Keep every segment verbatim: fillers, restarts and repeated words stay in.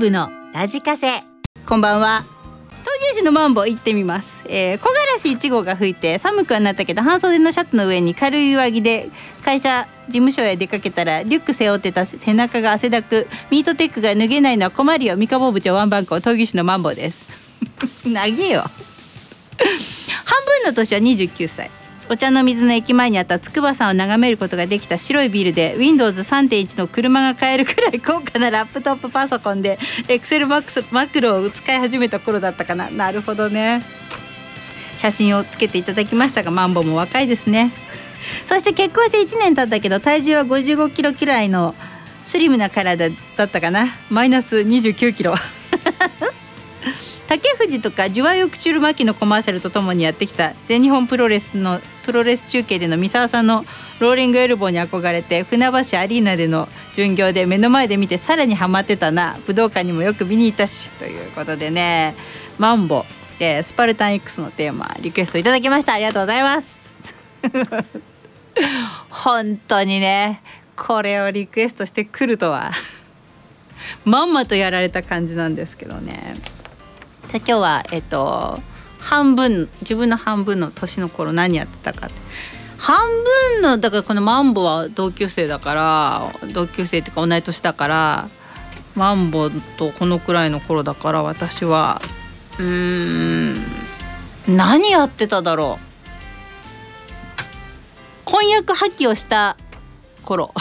部のラジカセ。こんばんは。闘牛士のマンボ行ってみます、えー、木枯らしいち号が吹いて寒くはなったけど、半袖のシャツの上に軽い上着で会社事務所へ出かけたら、リュック背負ってた背中が汗だく、ミートテックが脱げないのは困るよ。三河部長ワンバンコ闘牛士のマンボです長えよ半分の年はにじゅうきゅうさい。お茶の水の駅前にあった筑波山を眺めることができた白いビルで ウィンドウズさんてんいち の車が買えるくらい高価なラップトップパソコンで エクセル マクロを使い始めた頃だったかな。なるほどね。写真をつけていただきましたが、マンボも若いですね。そして結婚していちねん経ったけど、体重はごじゅうごキロくらいのスリムな体だったかな。マイナスにじゅうきゅうキロ竹藤とかジュワヨクチュールマキのコマーシャルとともにやってきた全日本プロレスのプロレス中継での三沢さんのローリングエルボーに憧れて、船橋アリーナでの巡業で目の前で見てさらにハマってたな。武道館にもよく見に行ったし、ということでね、マンボ、えー、スパルタン X のテーマリクエストいただきました。ありがとうございます本当にね、これをリクエストしてくるとはまんまとやられた感じなんですけどね。今日はえっと半分、自分の半分の年の頃何やってたかって、半分のだからこのマンボは同級生だから、同級生っていうか同い年だから、マンボとこのくらいの頃だから、私はうーん何やってただろう。婚約破棄をした頃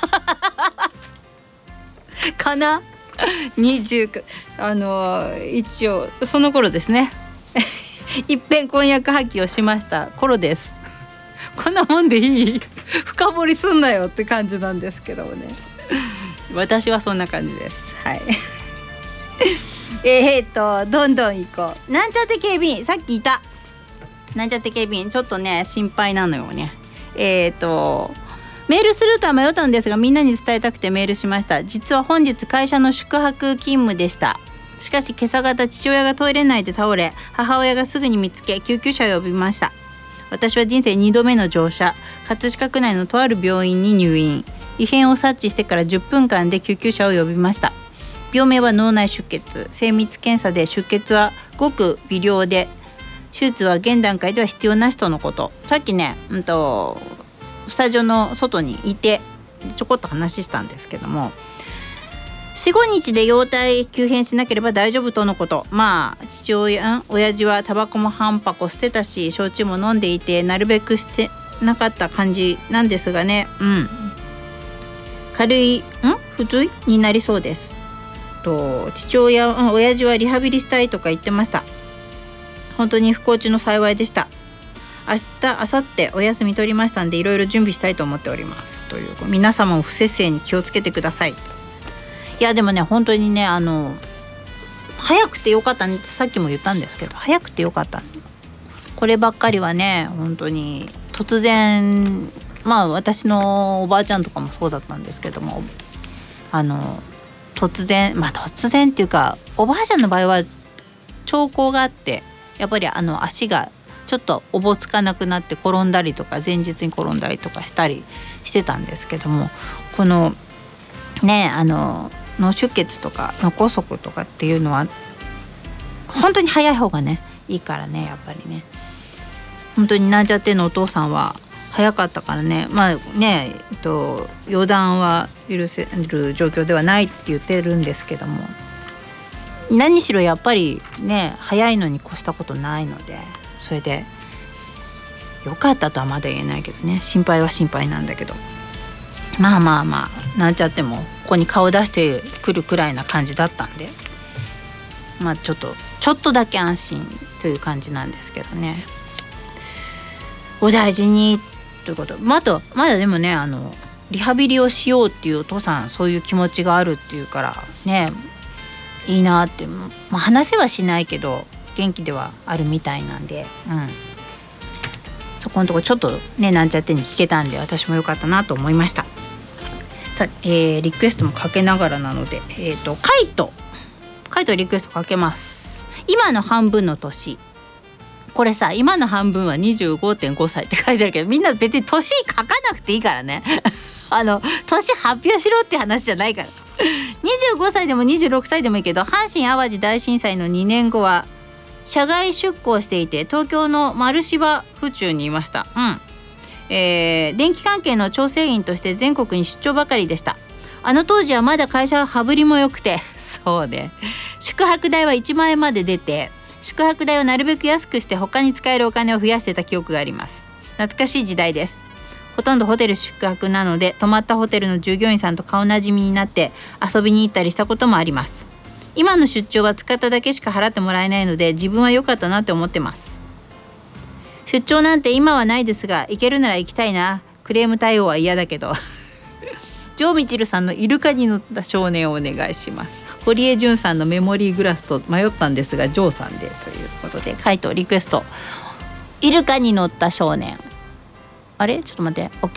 かな。にじゅうあの一応その頃ですねいっぺん婚約破棄をしました頃です。こんなもんでいい深掘りすんなよって感じなんですけどもね、私はそんな感じです。はいえーっとどんどん行こう。なんちゃって警備員、さっきいたなんちゃって警備員、ちょっとね心配なのよね。えーっとメールするか迷ったんですが、みんなに伝えたくてメールしました。実は本日会社の宿泊勤務でした。しかし今朝方、父親がトイレ内で倒れ、母親がすぐに見つけ救急車を呼びました。私は人生にどめの乗車、葛飾区内のとある病院に入院。異変を察知してからじゅっぷんかんで救急車を呼びました。病名は脳内出血、精密検査で出血はごく微量で、手術は現段階では必要なしとのこと。さっきね、うんとスタジオの外にいてちょこっと話したんですけども、 よん,ご 日で容体急変しなければ大丈夫とのこと。まあ父親親父はタバコも半箱捨てたし、焼酎も飲んでいて、なるべくしてなかった感じなんですがね、うん軽いん普通になりそうです。と父親、うん、親父はリハビリしたいとか言ってました。本当に不幸中の幸いでした。明日明後日お休み取りましたんで、いろいろ準備したいと思っておりますという。皆様も不摂生に気をつけてください。いやでもね、本当にね、あの早くてよかったねってさっきも言ったんですけど、早くてよかった。こればっかりはね、本当に突然、まあ私のおばあちゃんとかもそうだったんですけども、あの突然まあ突然っていうか、おばあちゃんの場合は兆候があって、やっぱりあの足がちょっとおぼつかなくなって転んだりとか、前日に転んだりとかしたりしてたんですけども、このねあの脳出血とか脳梗塞とかっていうのは本当に早い方がねいいからね、やっぱりね。本当になんちゃってのお父さんは早かったからね、まあね、えっと、予断は許せる状況ではないって言ってるんですけども、何しろやっぱりね早いのに越したことないので、それでよかったとはまだ言えないけどね、心配は心配なんだけど、まあまあまあなんちゃってもここに顔出してくるくらいな感じだったんで、まあちょっとちょっとだけ安心という感じなんですけどね。お大事にということ。まあ、あとまだでもね、あのリハビリをしようっていうお父さん、そういう気持ちがあるっていうからね、いいなって、まあ、話せはしないけど元気ではあるみたいなんで、うん、そこのとこちょっとねなんちゃってに聞けたんで、私も良かったなと思いました。た、えー、リクエストもかけながらなので、えーとカイトカイトリクエストかけます。今の半分の年、これさ、今の半分は にじゅうごてんご 歳って書いてあるけど、みんな別に年書かなくていいからねあの年発表しろって話じゃないからにじゅうごさいでもにじゅうろくさいでもいいけど、阪神・淡路大震災のにねんごは社外出向していて、東京の丸芝府中にいました。うん、えー、電気関係の調整員として全国に出張ばかりでした。あの当時はまだ会社は羽振りも良くて、そうで宿泊代はいちまんえんまで出て、宿泊代をなるべく安くして他に使えるお金を増やしてた記憶があります。懐かしい時代です。ほとんどホテル宿泊なので、泊まったホテルの従業員さんと顔なじみになって遊びに行ったりしたこともあります。今の出張は使っただけしか払ってもらえないので、自分は良かったなって思ってます。出張なんて今はないですが、行けるなら行きたいな。クレーム対応は嫌だけどジョーミチルさんのイルカに乗った少年をお願いします。堀江潤さんのメモリーグラスと迷ったんですが、ジョーさんでということで、回答リクエスト、イルカに乗った少年。あれちょっと待って、 OK。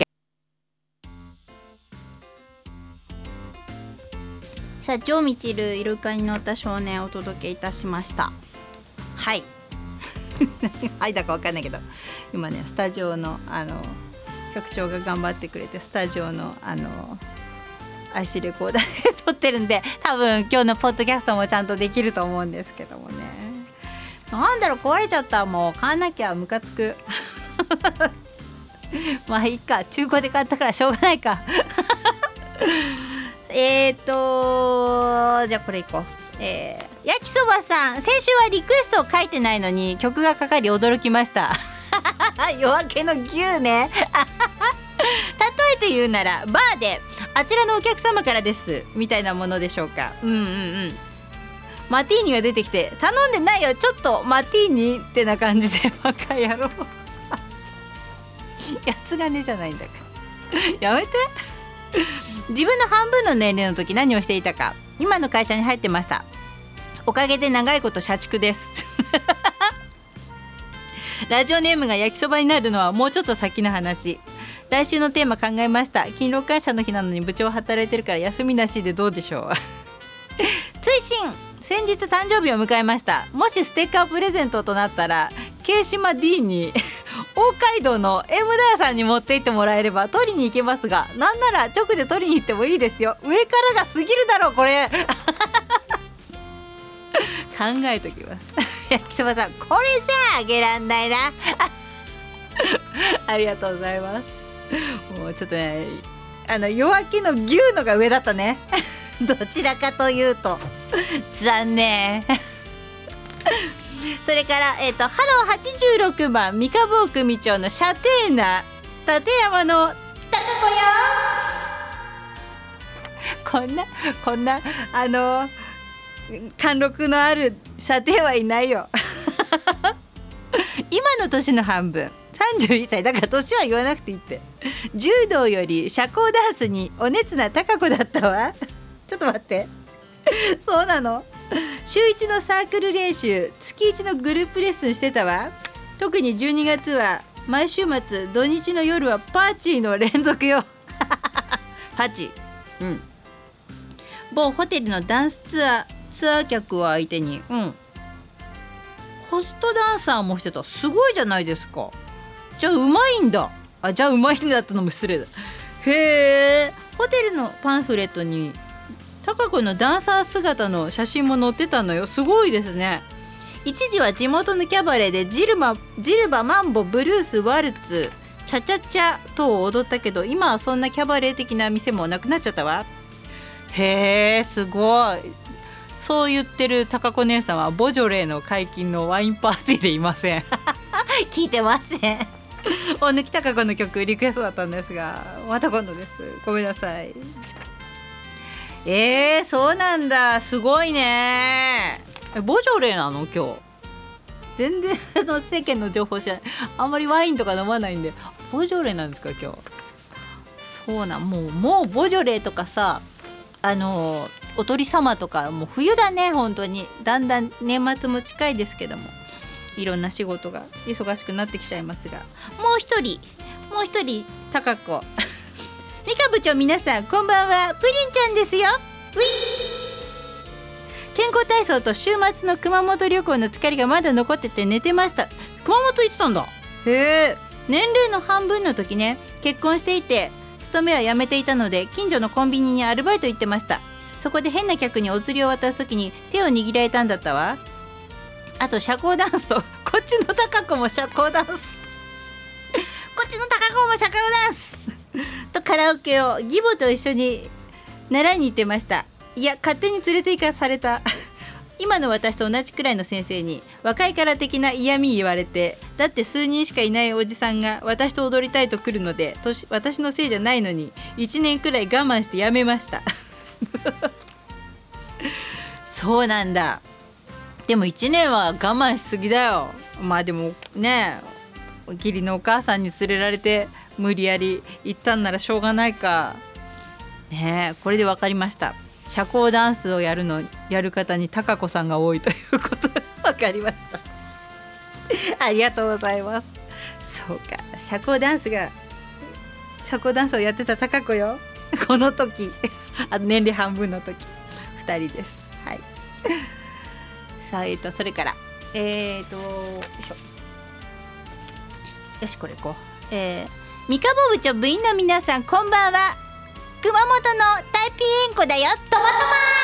さあ、ジョーミチルイルカに乗った少年をお届けいたしました。はいはいだかわかんないけど、今ねスタジオのあの局長が頑張ってくれて、スタジオのあの アイシー レコーダーで撮ってるんで、多分今日のポッドキャストもちゃんとできると思うんですけどもね。なんだろう、壊れちゃった。もう買わなきゃ、ムカつくまあいいか、中古で買ったからしょうがないかえっとじゃあこれいこう。えー、焼きそばさん、先週はリクエストを書いてないのに曲がかかり驚きました夜明けの牛ね例えて言うならバーであちらのお客様からですみたいなものでしょうか。うんうんうん。マティーニが出てきて、頼んでないよちょっとマティーニってな感じで、バカ野郎やつがねじゃないんだからやめて自分の半分の年齢の時何をしていたか。今の会社に入ってました。おかげで長いこと社畜ですラジオネームが焼きそばになるのはもうちょっと先の話。来週のテーマ考えました。勤労感謝の日なのに部長働いてるから休みなしでどうでしょう追伸、先日誕生日を迎えました。もしステッカープレゼントとなったら、慶島 D に大街道の M ダヤさんに持って行ってもらえれば取りに行けますが、なんなら直で取りに行ってもいいですよ。上からが過ぎるだろこれ考えときます焼きそばさん、これじゃあげらんないなありがとうございます。もうちょっとね、あの夜明けの牛のが上だったねどちらかというと残念それから、えーと、ハローはちじゅうろくばん三日坊組長のシャテーナ立山のタカ子よこんなこんなあの貫禄のある射程はいないよ今の年の半分さんじゅういっさいだから、年は言わなくていいって。柔道より社交ダンスにお熱な高子だったわちょっと待ってそうなの。週いちのサークル練習、月いちのグループレッスンしてたわ。特にじゅうにがつは毎週末土日の夜はパーチーの連続よパーチー、うん、某ホテルのダンスツアーツアー客を相手に、うん、ホストダンサーもしてた。すごいじゃないですか。じゃあうまいんだ。あ、じゃあうまいんだってのも失礼だ。へえ。ホテルのパンフレットにタカ子のダンサー姿の写真も載ってたのよ。すごいですね。一時は地元のキャバレーでジルマ、ジルバ、マンボ、ブルース、ワルツ、チャチャチャ等を踊ったけど、今はそんなキャバレー的な店もなくなっちゃったわ。へえ、すごい。そう言ってるタカ子姉さんはボジョレーの解禁のワインパーティーでいません聞いてませんお抜きタカ子の曲リクエストだったんですが、また今度です。ごめんなさい。えー、そうなんだ。すごいね。ボジョレーなの今日。全然の世間の情報知らない。あんまりワインとか飲まないんで。ボジョレーなんですか今日。そうなん、もうもうボジョレーとかさ、あのおとり様とかもう冬だね。本当にだんだん年末も近いですけども、いろんな仕事が忙しくなってきちゃいますが、もう一人もう一人タカ子ミカ部長、皆さんこんばんは。プリンちゃんですよ。ウィ健康体操と週末の熊本旅行の疲れがまだ残ってて寝てました。熊本行ってたんだ。へえ。年齢の半分の時ね、結婚していて勤めは辞めていたので、近所のコンビニにアルバイト行ってました。 そこで変な客にお釣りを渡すときに手を握られたんだったわ。あと社交ダンスとこっちの高子も社交ダンスこっちの高子も社交ダンスとカラオケを義母と一緒に習いに行ってました。いや勝手に連れて行かされた今の私と同じくらいの先生に若いから的な嫌味言われて、だって数人しかいないおじさんが私と踊りたいと来るので、年私のせいじゃないのにいちねんくらい我慢してやめましたそうなんだ。でもいちねんは我慢しすぎだよ。まあでもね、義理のお母さんに連れられて無理やり行ったんならしょうがないかね。えこれで分かりました。社交ダンスをやるのやる方に高子さんが多いということが分かりましたありがとうございます。そうか、社交ダンスが社交ダンスをやってた高子よこの時あ年齢半分の時ふたりです。はいさあ、えーとそれからえーとよいしょよしこれいこう。えー、三河部長部員の皆さんこんばんは。熊本のタイピーエンコだよ。トマトマ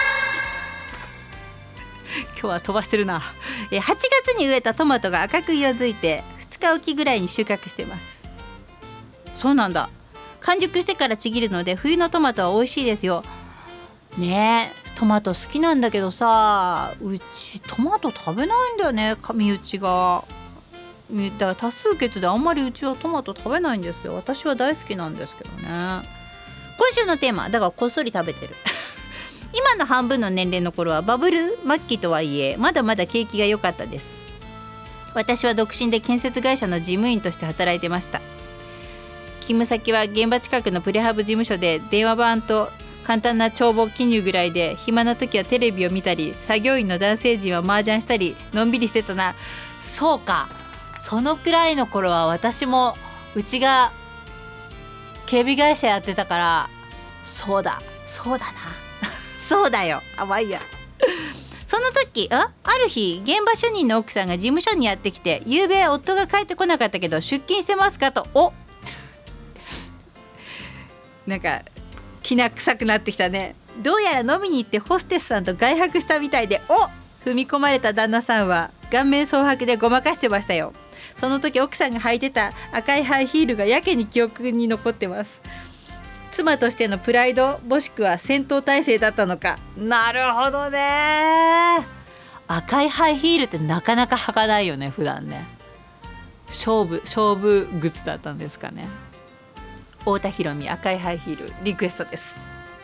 今日は飛ばしてるな。えはちがつに植えたトマトが赤く色づいてふつかおきぐらいに収穫してます。そうなんだ。完熟してからちぎるので冬のトマトは美味しいですよ。ねえトマト好きなんだけどさ、うちトマト食べないんだよね、身内が。だから多数決であんまりうちはトマト食べないんですけど、私は大好きなんですけどね。今週のテーマだからこっそり食べてる今の半分の年齢の頃はバブル末期とはいえまだまだ景気が良かったです。私は独身で建設会社の事務員として働いてました。勤務先は現場近くのプレハブ事務所で、電話番と簡単な帳簿記入ぐらいで、暇な時はテレビを見たり、作業員の男性陣は麻雀したりのんびりしてたな。そうか、そのくらいの頃は私もうちが警備会社やってたから、そうだそうだなそうだよ、あわいやその時あある日現場主任の奥さんが事務所にやってきて、夕べ夫が帰ってこなかったけど出勤してますかと。おなんかきな臭くなってきたね。どうやら飲みに行ってホステスさんと外泊したみたいで、お踏み込まれた旦那さんは顔面蒼白でごまかしてましたよ。その時奥さんが履いてた赤いハイヒールがやけに記憶に残ってます。妻としてのプライドもしくは戦闘態勢だったのか。なるほどね。赤いハイヒールってなかなか履かないよね普段ね。勝負勝負靴だったんですかね。太田裕美赤いハイヒールリクエストです。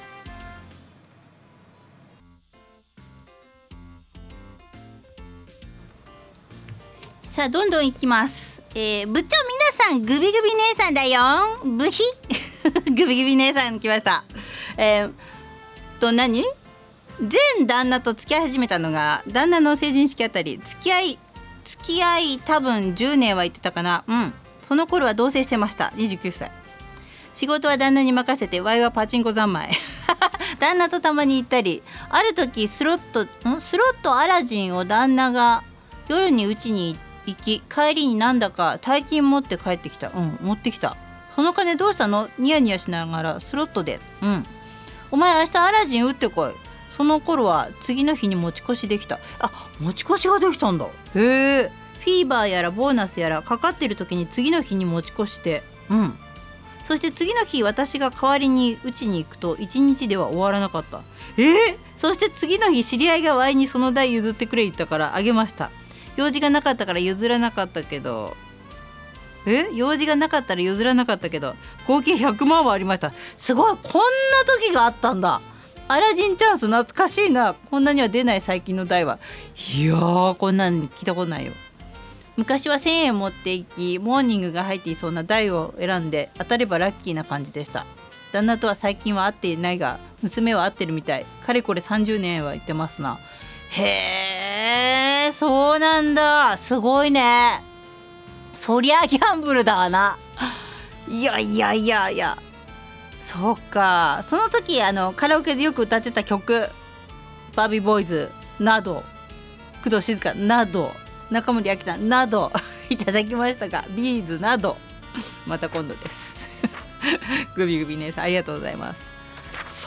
さあどんどんいきます。えー、部長皆さんグビグビ姉さんだよ。ブヒグビグビ姉さん来ました。えー、と何前旦那と付き合い始めたのが旦那の成人式あたり。付き合い付き合い多分じゅうねんは言ってたかな。うん、その頃は同棲してました。にじゅうきゅうさい。仕事は旦那に任せてワイはパチンコ三昧旦那とたまに行ったり、ある時スロットんスロットアラジンを旦那が夜にうちに行って行き、帰りになんだか大金持って帰ってきた。うん持ってきた。その金どうしたの。ニヤニヤしながらスロットで。うんお前明日アラジン打ってこい。その頃は次の日に持ち越しできた。あ持ち越しができたんだ。へえ。フィーバーやらボーナスやらかかってる時に次の日に持ち越して、うんそして次の日私が代わりにうちに行くといちにちでは終わらなかった。えー、そして次の日知り合いがワイにその代譲ってくれ言ったからあげました。用事がなかったから譲らなかったけどえ用事がなかったら譲らなかったけど合計ひゃくまんはありました。すごい、こんな時があったんだ。アラジンチャンス懐かしいな。こんなには出ない最近の台は。いやーこんなに聞いたことないよ。昔はせんえん持っていきモーニングが入っていそうな台を選んで当たればラッキーな感じでした。旦那とは最近は会っていないが娘は会ってるみたい。かれこれさんじゅうねんは言ってますな。へえそうなんだ。すごいね。そりゃギャンブルだわな。いやいやいやいやそうか。その時あのカラオケでよく歌ってた曲バービーボーイズなど工藤静香など中森明菜などいただきましたがビーズなどまた今度ですグビグビ姉さんありがとうございます。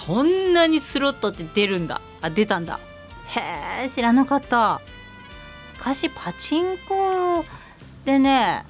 そんなにスロットって出るんだ。あ、出たんだ。へえ、知らなかった。昔パチンコでね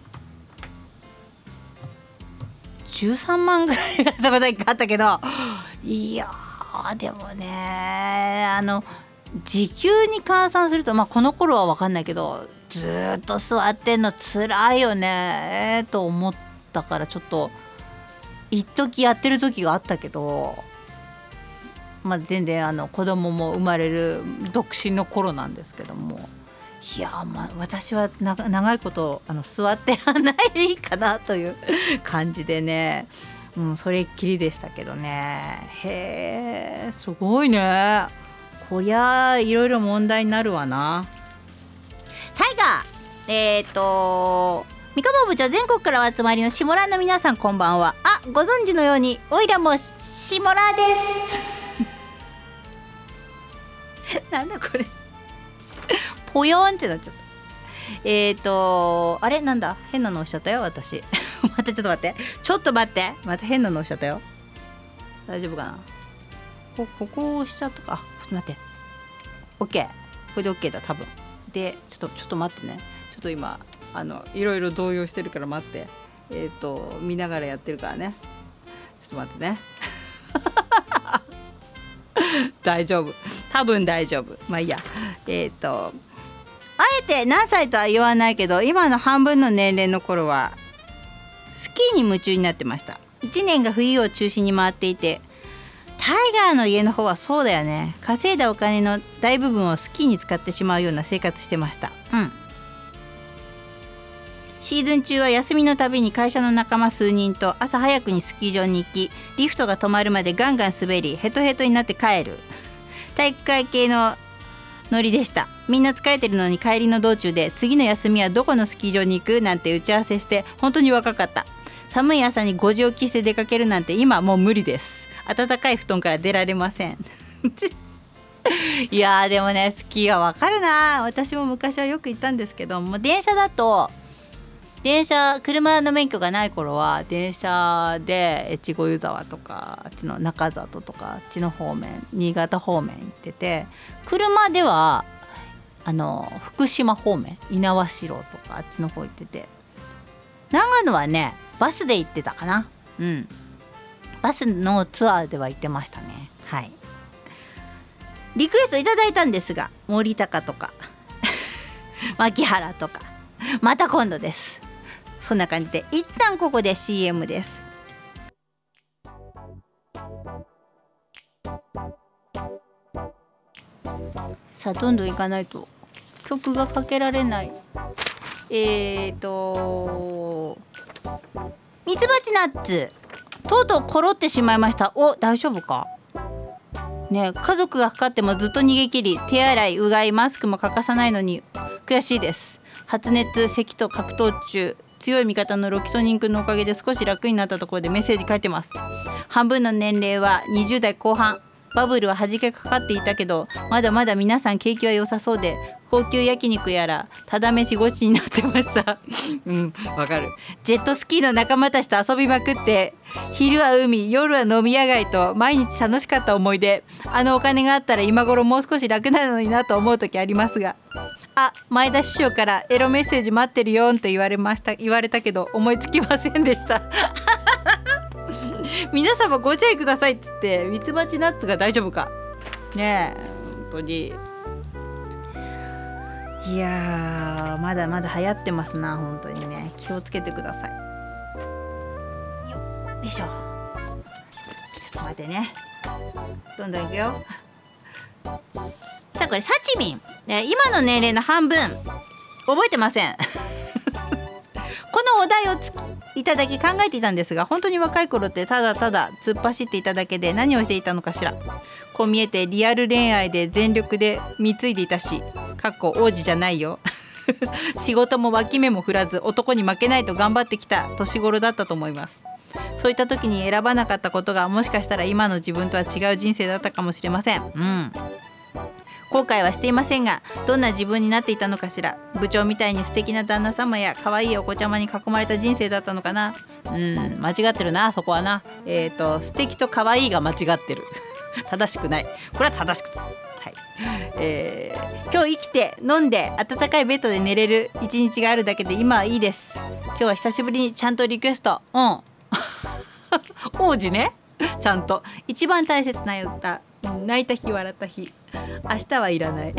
じゅうさんまんぐらいがたことあったけど、いやーでもね、あの時給に換算すると、まあこの頃は分かんないけど、ずーっと座ってんのつらいよね、えー、と思ったから、ちょっと一時やってる時があったけど、まあ全然あの子供も生まれる独身の頃なんですけども、いやまあ私は長長いことあの座ってらんないかなという感じでね、うん、それっきりでしたけどね。へえ、すごいね。こりゃいろいろ問題になるわな。タイガー、えっ、ー、と三河部長、全国からお集まりの下ラの皆さん、こんばんは。あ、ご存知のようにオイラも下ラですなんだこれぽよーんってなっちゃった。えっ、ー、とあれなんだ、変なの押しちゃったよ私待って、ちょっと待ってちょっと待ってまた変なの押しちゃったよ。大丈夫かな。こここを押しちゃったか。ちょっと待って、 OK、 これで OK だ多分。でちょっとちょっと待ってね、ちょっと今あのいろいろ動揺してるから待って。えっ、ー、と見ながらやってるからね、ちょっと待ってね大丈夫、多分大丈夫。まあいいや。えっ、ー、とあえて何歳とは言わないけど、今の半分の年齢の頃はスキーに夢中になってました。いちねんが冬を中心に回っていて、タイガーの家の方はそうだよね、稼いだお金の大部分をスキーに使ってしまうような生活してました。うん。シーズン中は休みのたびに会社の仲間数人と朝早くにスキー場に行き、リフトが止まるまでガンガン滑り、ヘトヘトになって帰る体育会系のノリでした。みんな疲れてるのに帰りの道中で、次の休みはどこのスキー場に行くなんて打ち合わせして、本当に若かった。寒い朝にごじ起きして出かけるなんて今もう無理です。暖かい布団から出られませんいやーでもね、スキーはわかるな。私も昔はよく行ったんですけども、電車だと電車車の免許がない頃は電車で越後湯沢とかあっちの中里とかあっちの方面、新潟方面行ってて、車ではあの福島方面、猪苗代とかあっちの方行ってて、長野はねバスで行ってたかな。うん、バスのツアーでは行ってましたね。はい。リクエストいただいたんですが、森高とか牧原とかまた今度です。そんな感じで一旦ここで シーエム です。さあどんどんいかないと曲がかけられない。えーとミツバチナッツ、とうとうコロってしまいました。お、大丈夫かね。家族がかかってもずっと逃げ切り、手洗い、うがい、マスクも欠かさないのに悔しいです。発熱、咳と格闘中、強い味方のロキソニン君のおかげで少し楽になったところでメッセージ書いてます。半分の年齢はにじゅう代後半、バブルは弾けかかっていたけど、まだまだ皆さん景気は良さそうで、高級焼肉やらただ飯ごちになってましたうん、わかる。ジェットスキーの仲間たちと遊びまくって、昼は海、夜は飲み屋街と毎日楽しかった思い出。あのお金があったら今頃もう少し楽なのになと思う時ありますが、あ、前田師匠からエロメッセージ待ってるよんと言われました言われたけど思いつきませんでした皆様ご自愛くださいっつって、ミツバチナッツが大丈夫かねえ、本当に。いやーまだまだ流行ってますな、本当にね。気をつけてください。よいしょ。ちょっと待ってね、どんどんいくよ。さあこれサチミン、今の年齢の半分覚えてませんこのお題をつきいただき考えていたんですが、本当に若い頃ってただただ突っ走っていただけで何をしていたのかしら。こう見えてリアル恋愛で全力で貢いでいたし、かっこ王子じゃないよ仕事も脇目も振らず男に負けないと頑張ってきた年頃だったと思います。そういった時に選ばなかったことがもしかしたら今の自分とは違う人生だったかもしれません。うん後悔はしていませんが、どんな自分になっていたのかしら。部長みたいに素敵な旦那様や可愛いお子ちゃまに囲まれた人生だったのかな。うん間違ってるなそこはな。えっと素敵と可愛いが間違ってる正しくない。これは正しくない。はい、えー、今日生きて飲んで暖かいベッドで寝れる一日があるだけで今はいいです。今日は久しぶりにちゃんとリクエスト、うん王子ね、ちゃんと一番大切な歌、泣いた日笑った日、明日はいらない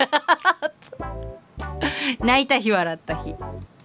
泣いた日笑った日。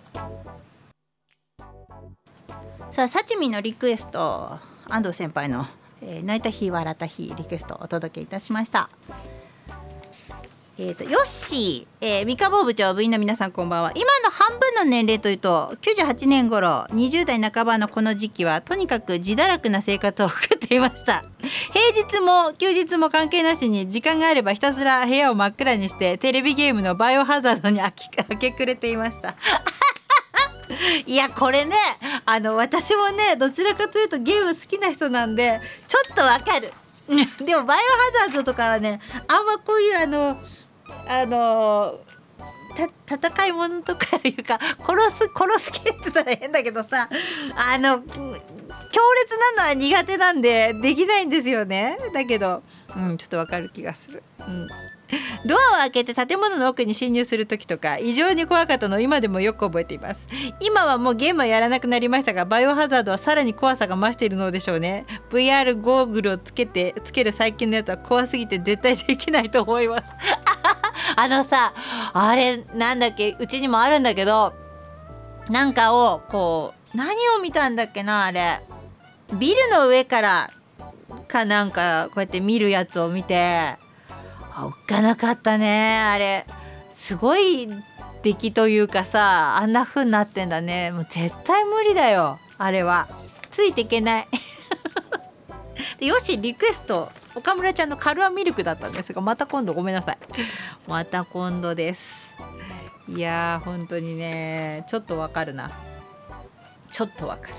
さあ、さちみのリクエスト、安藤先輩の、えー、泣いた日笑った日リクエストお届けいたしました。えーと、ヨッシー、えー、三河部長部員の皆さんこんばんは。今の半分の年齢というときゅうじゅうはちねん頃、にじゅう代半ばのこの時期はとにかく自堕落な生活を送っていました。平日も休日も関係なしに時間があればひたすら部屋を真っ暗にしてテレビゲームのバイオハザードに明け暮れていましたいやこれね、あの私もねどちらかというとゲーム好きな人なんでちょっとわかるでもバイオハザードとかはね、あんまこういうあのあのた戦い物とかいうか殺す殺す系って言ったら変だけどさ、あの強烈なのは苦手なんでできないんですよね。だけど、うん、ちょっとわかる気がする、うん、ドアを開けて建物の奥に侵入する時とか異常に怖かったのを今でもよく覚えています。今はもうゲームはやらなくなりましたが、バイオハザードはさらに怖さが増しているのでしょうね。 ブイアール ゴーグルをつけてつける最近のやつは怖すぎて絶対できないと思いますあのさ、あれなんだっけ、うちにもあるんだけど、なんかをこう何を見たんだっけな、あれビルの上からかなんかこうやって見るやつを見て、おっかなかったね。あれすごい出来というかさ、あんな風になってんだね。もう絶対無理だよ、あれはついていけないでよしリクエスト岡村ちゃんのカルアミルクだったんですが、また今度ごめんなさいまた今度です。いやー本当にね、ちょっとわかるな、ちょっとわかる。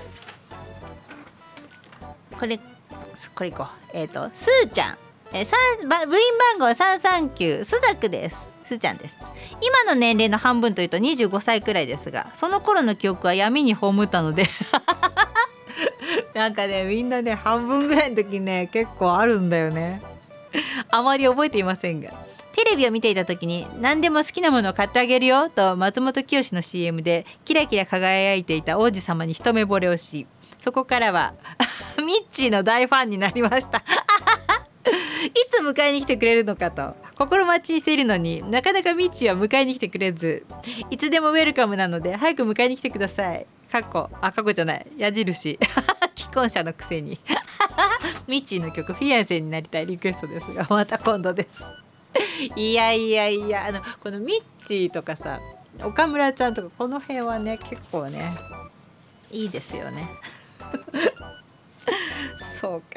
これこれいこう。えっ、ー、とスーちゃん、えー、部員番号さんさんきゅうスダクです。スーちゃんです。今の年齢の半分というとにじゅうごさいくらいですが、その頃の記憶は闇に葬ったのでなんかね、みんなね半分ぐらいの時ね結構あるんだよねあまり覚えていませんが、テレビを見ていた時に何でも好きなものを買ってあげるよと松本清の シーエム でキラキラ輝いていた王子様に一目惚れをし、そこからはミッチーの大ファンになりましたいつ迎えに来てくれるのかと心待ちにしているのに、なかなかミッチーは迎えに来てくれず、いつでもウェルカムなので早く迎えに来てください。かっこあかっこじゃない矢印既婚者のくせにミッチーの曲フィアンセになりたいリクエストですが、また今度ですいやいやいや、あのこのミッチーとかさ岡村ちゃんとかこの辺はね結構ねいいですよねそうか。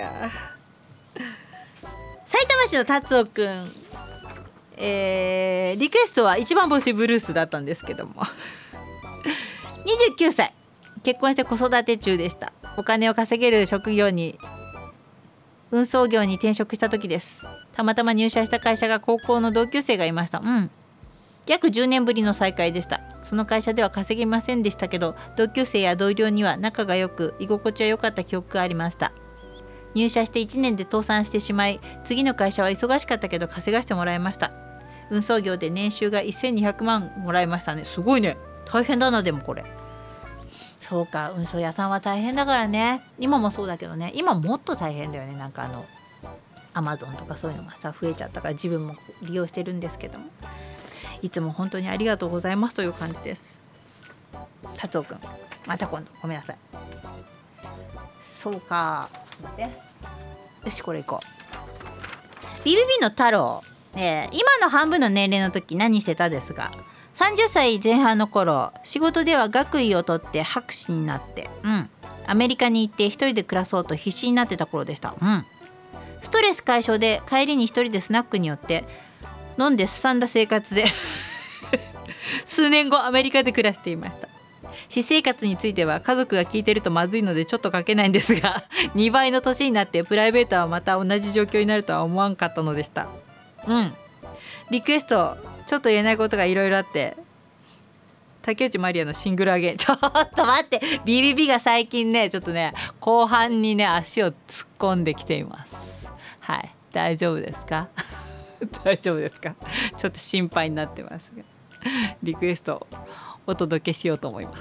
埼玉市の達夫くん、えー、リクエストは一番星ブルースだったんですけどもにじゅうきゅうさい、結婚して子育て中でした。お金を稼げる職業に運送業に転職した時です。たまたま入社した会社が高校の同級生がいました。うん約じゅうねんぶりの再会でした。その会社では稼げませんでしたけど、同級生や同僚には仲が良く居心地は良かった記憶がありました。入社していちねんで倒産してしまい、次の会社は忙しかったけど稼がしてもらいました。運送業で年収がせんにひゃくまんもらいましたね。すごいね、大変だな。でもこれそうか、運送屋さんは大変だからね。今もそうだけどね、今もっと大変だよね。なんかあのアマゾンとかそういうのがさ増えちゃったから自分も利用してるんですけども、いつも本当にありがとうございますという感じです。達夫くんまた今度ごめんなさい。そうか、待って、よしこれいこう。 ビービービー の太郎、えー、今の半分の年齢の時何してたですが、さんじゅっさいぜん半の頃、仕事では学位を取って博士になって、うん、アメリカに行って一人で暮らそうと必死になってた頃でした。うん、ストレス解消で帰りに一人でスナックに寄って飲んですさんだ生活で数年後アメリカで暮らしていました。私生活については家族が聞いてるとまずいのでちょっと書けないんですがにばいの年になってプライベートはまた同じ状況になるとは思わんかったのでした。うんリクエストちょっと言えないことがいろいろあって、竹内まりやのシングルアゲン。ちょっと待って、 ビービービー が最近ねちょっとね後半にね足を突っ込んできています。はい大丈夫ですか大丈夫ですかちょっと心配になってますがリクエストをお届けしようと思います。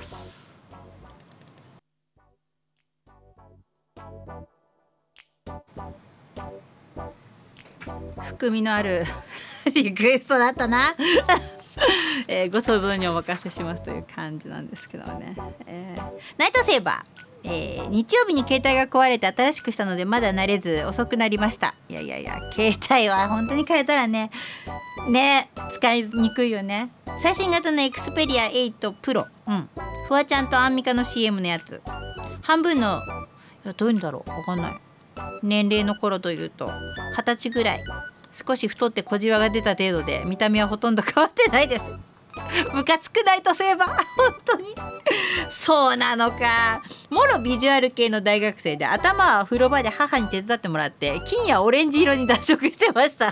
含みのあるリクエストだったな、えー、ご想像にお任せしますという感じなんですけどね、えー、ナイトセーバー、えー、日曜日に携帯が壊れて新しくしたのでまだ慣れず遅くなりました。いやいやいや携帯は本当に変えたらねね使いにくいよね。最新型のエクスペリアエイトプロ、うん、フワちゃんとアンミカの シーエム のやつ、半分のいやどういうんだろうわかんない年齢の頃というとはたちぐらい、少し太って小じわが出た程度で見た目はほとんど変わってないです。ムカつくナイトセーバー本当にそうなのか。もろビジュアル系の大学生で頭は風呂場で母に手伝ってもらって金やオレンジ色に脱色してました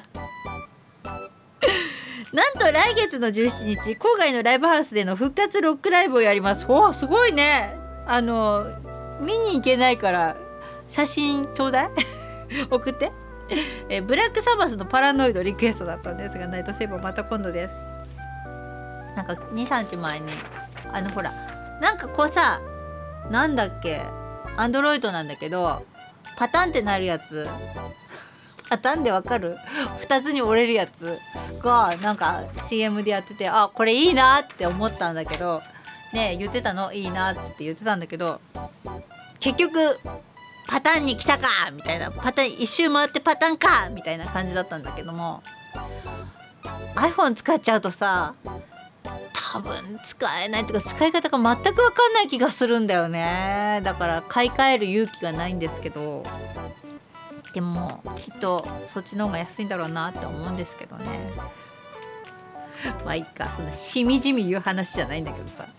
なんと来月のじゅうしちにち郊外のライブハウスでの復活ロックライブをやります。おーすごいね。あの見に行けないから写真ちょうだい送ってえブラックサバスのパラノイドリクエストだったんですがナイトセーバーまた今度です。なんか にさんにちまえにあのほらなんかこうさなんだっけアンドロイドなんだけどパタンってなるやつパタンでわかるふたつに折れるやつがなんか シーエム でやっててあこれいいなって思ったんだけどね言ってたのいいなって言ってたんだけど結局パターンに来たかみたいなパターン一周回ってパターンかみたいな感じだったんだけども iPhone 使っちゃうとさ多分使えないとか使い方が全く分かんない気がするんだよね。だから買い替える勇気がないんですけどでもきっとそっちの方が安いんだろうなって思うんですけどね。まあいいかそんなしみじみ言う話じゃないんだけどさ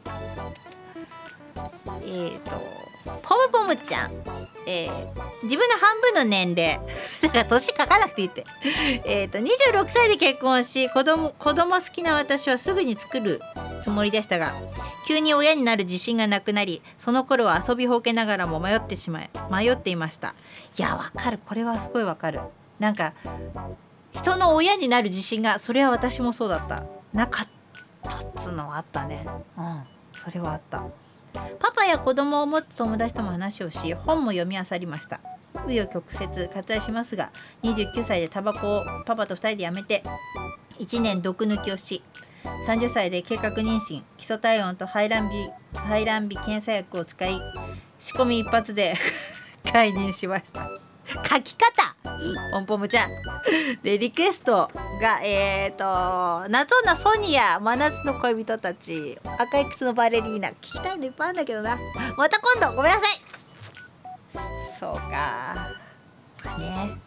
えーとポムポムちゃん、えー、自分の半分の年齢だから年書かなくていいってえーとにじゅうろくさいで結婚し子供子供好きな私はすぐに作るつもりでしたが急に親になる自信がなくなりその頃は遊びほうけながらも迷ってしまい迷っていました。いやわかるこれはすごいわかる。なんか人の親になる自信がそれは私もそうだったなかったっつうのはあったね。うんそれはあった。パパや子供を持つ友達とも話をし本も読み漁りました。紆余曲折割愛しますがにじゅうきゅうさいでタバコをパパとふたりでやめていちねん毒抜きをしさんじゅっさいで計画妊娠基礎体温と排卵日排卵日検査薬を使い仕込み一発で解任しました。書き方ポンポムちゃんでリクエストがえーと謎なソニア真夏の恋人たち赤い靴のバレリーナ聞きたいのいっぱいあるんだけどなまた今度ごめんなさい。そうかね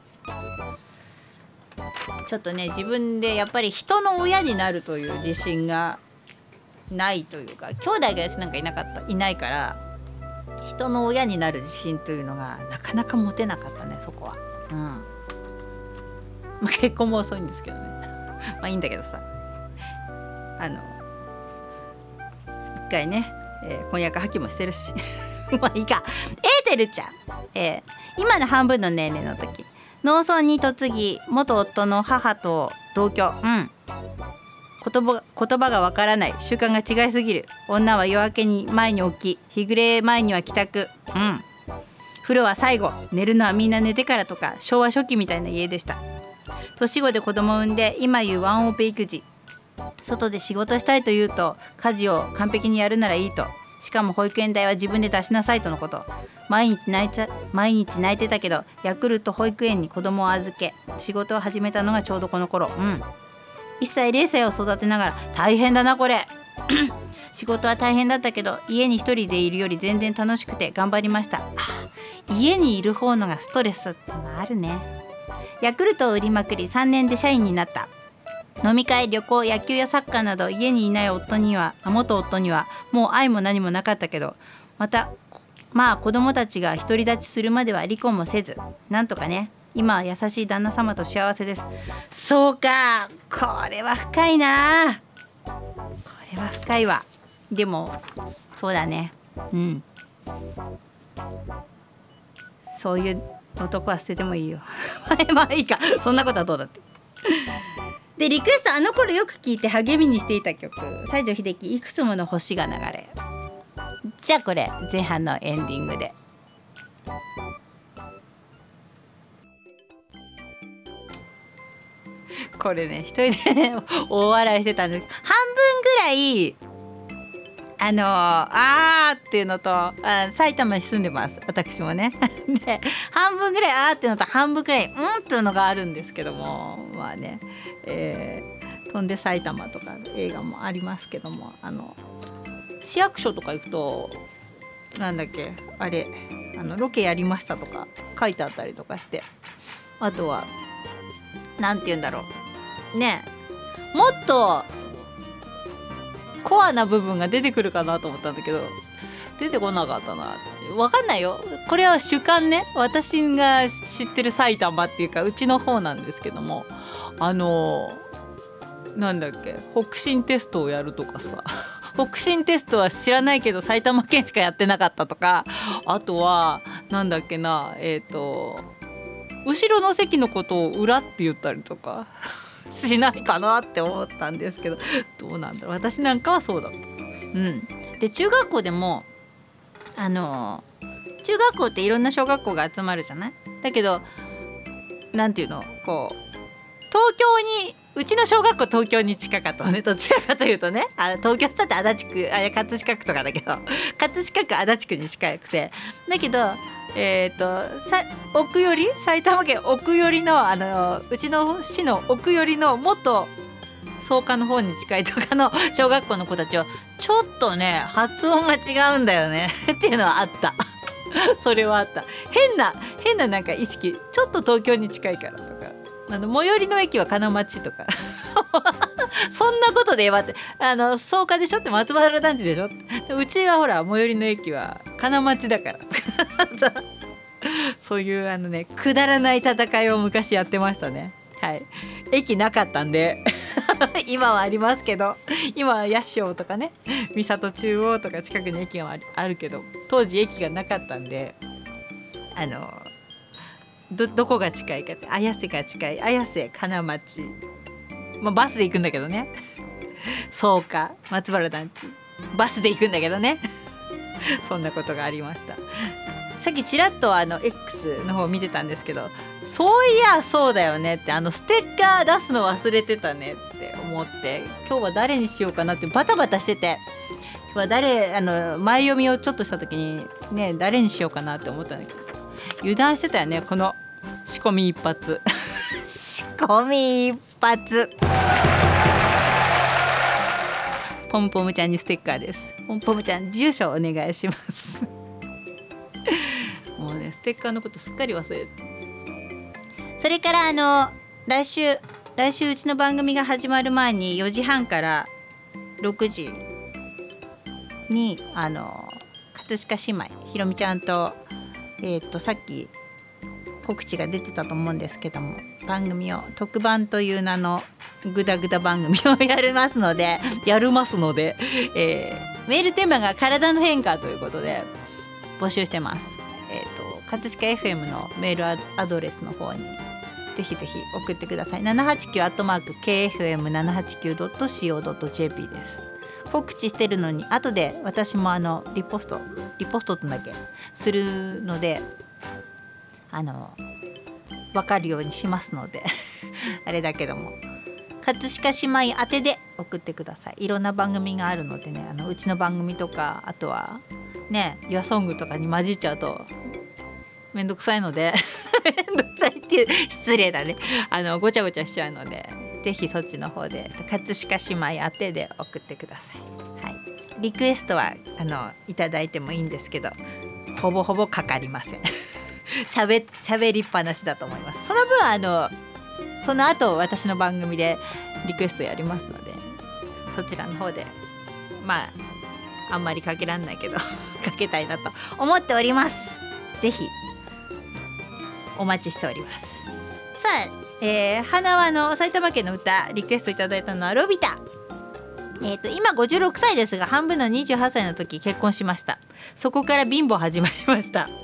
ちょっとね自分でやっぱり人の親になるという自信がないというか兄弟が私なんかいなかったいないから人の親になる自信というのがなかなか持てなかったねそこは。うん。まあ、結婚も遅いんですけどね。まあいいんだけどさ。あの一回ね、えー、婚約破棄もしてるし。まあいいか。エーテルちゃん、えー、今の半分の年齢の時農村に嫁ぎ元夫の母と同居。うん。言葉言葉がわからない習慣が違いすぎる女は夜明けに前に起き日暮れ前には帰宅。うん風呂は最後寝るのはみんな寝てからとか昭和初期みたいな家でした。年子で子供を産んで今言うワンオペ育児外で仕事したいと言うと家事を完璧にやるならいいとしかも保育園代は自分で出しなさいとのこと。毎日泣いて毎日泣いてたけどヤクルト保育園に子供を預け仕事を始めたのがちょうどこの頃。うんいっさいれいさいを育てながら大変だなこれ仕事は大変だったけど家に一人でいるより全然楽しくて頑張りました。あ家にいる方のがストレスってのあるね。ヤクルトを売りまくりさんねんで社員になった。飲み会旅行野球やサッカーなど家にいない夫には元夫にはもう愛も何もなかったけどまたまあ子供たちが独り立ちするまでは離婚もせずなんとかね今は優しい旦那様と幸せです。そうかこれは深いなこれは深いわ。でもそうだねうんそういう男は捨ててもいいよまあいいか、そんなことはどうだってでリクエスト、あの頃よく聴いて励みにしていた曲、西城秀樹いくつもの星が流れ。じゃあこれ前半のエンディングで。これね一人でね大笑いしてたんです。半分ぐらいあのー、あーっていうのと、あ埼玉に住んでます私もねで半分ぐらいあーっていうのと半分ぐらいうんっていうのがあるんですけども、まあね、えー、飛んで埼玉とか映画もありますけども、あの市役所とか行くとなんだっけあれあのロケやりましたとか書いてあったりとかして、あとはなんて言うんだろうね、もっとコアな部分が出てくるかなと思ったんだけど出てこなかったな。わかんないよ、これは主観ね、私が知ってる埼玉っていうかうちの方なんですけども、あのなんだっけ北進テストをやるとかさ北進テストは知らないけど埼玉県しかやってなかったとか、あとはなんだっけなえっと後ろの席のことを裏って言ったりとかしないかなって思ったんですけど、どうなんだろう、私なんかはそうだった。うん、で中学校でもあの中学校っていろんな小学校が集まるじゃない。だけどなんていうのこう東京にうちの小学校東京に近かったのね、どちらかというとね、あ東京って足立区あ葛飾区とかだけど葛飾区足立区に近くて、だけどえー、とさ奥寄り埼玉県奥寄りの、あのうちの市の奥寄りのもっと草加の方に近いとかの小学校の子たちはちょっとね発音が違うんだよねっていうのはあったそれはあった。変な変ななんか意識、ちょっと東京に近いからとか、あの最寄りの駅は金町とかそんなことで言わって、あの草加でしょって松原団地でしょ、うちはほら最寄りの駅は金町だからそういうあのねくだらない戦いを昔やってましたね。はい、駅なかったんで今はありますけど、今は八潮とかね三郷中央とか近くに駅があるけど、当時駅がなかったんで、あの ど, どこが近いかって綾瀬が近い、綾瀬金町、まあ、バスで行くんだけどねそうか松原団地バスで行くんだけどねそんなことがありました。さっきちらっとあの X の方見てたんですけど、そういやそうだよねって、あのステッカー出すの忘れてたねって思って、今日は誰にしようかなってバタバタしてて、今日は誰あの前読みをちょっとした時にね誰にしようかなって思ったんだけど、油断してたよね、この仕込み一発仕込み一発ポンポムちゃんにステッカーです。ポンポムちゃん住所お願いしますもうねステッカーのことすっかり忘れて、それからあの来週来週うちの番組が始まる前によじはんからろくじにあの葛飾姉妹ひろみちゃんとえー、とさっき告知が出てたと思うんですけども、番組を特番という名のグダグダ番組をやりますのでやりますので、えー、メールテーマが体の変化ということで募集してます。えー、と葛飾 エフエム のメール ア, アドレスの方にぜひぜひ送ってください。ななはちきゅうアットマーク ケーエフエムななはちきゅうドットシーオードットジェーピー です。告知してるのに後で私もあのリポストリポストってんだっけするので、あの分かるようにしますのであれだけども葛飾姉妹宛てで送ってください。いろんな番組があるのでね、あのうちの番組とかあとはねユアソングとかに混じっちゃうとめんどくさいのでめんどくさいっていう失礼だね、あのごちゃごちゃしちゃうので、ぜひそっちの方で葛飾姉妹宛てで送ってください。はい、リクエストはあのいただいてもいいんですけど、ほぼほぼかかりませんしゃべしゃべりっぱなしだと思います。その分あのその後私の番組でリクエストやりますので、そちらの方でまああんまりかけらんないけどかけたいなと思っております。ぜひお待ちしております。さあ、えー、花輪の埼玉県の歌リクエストいただいたのはロビタ。えーと、今ごじゅうろくさいですが半分のにじゅうはっさいの時結婚しました。そこから貧乏始まりました。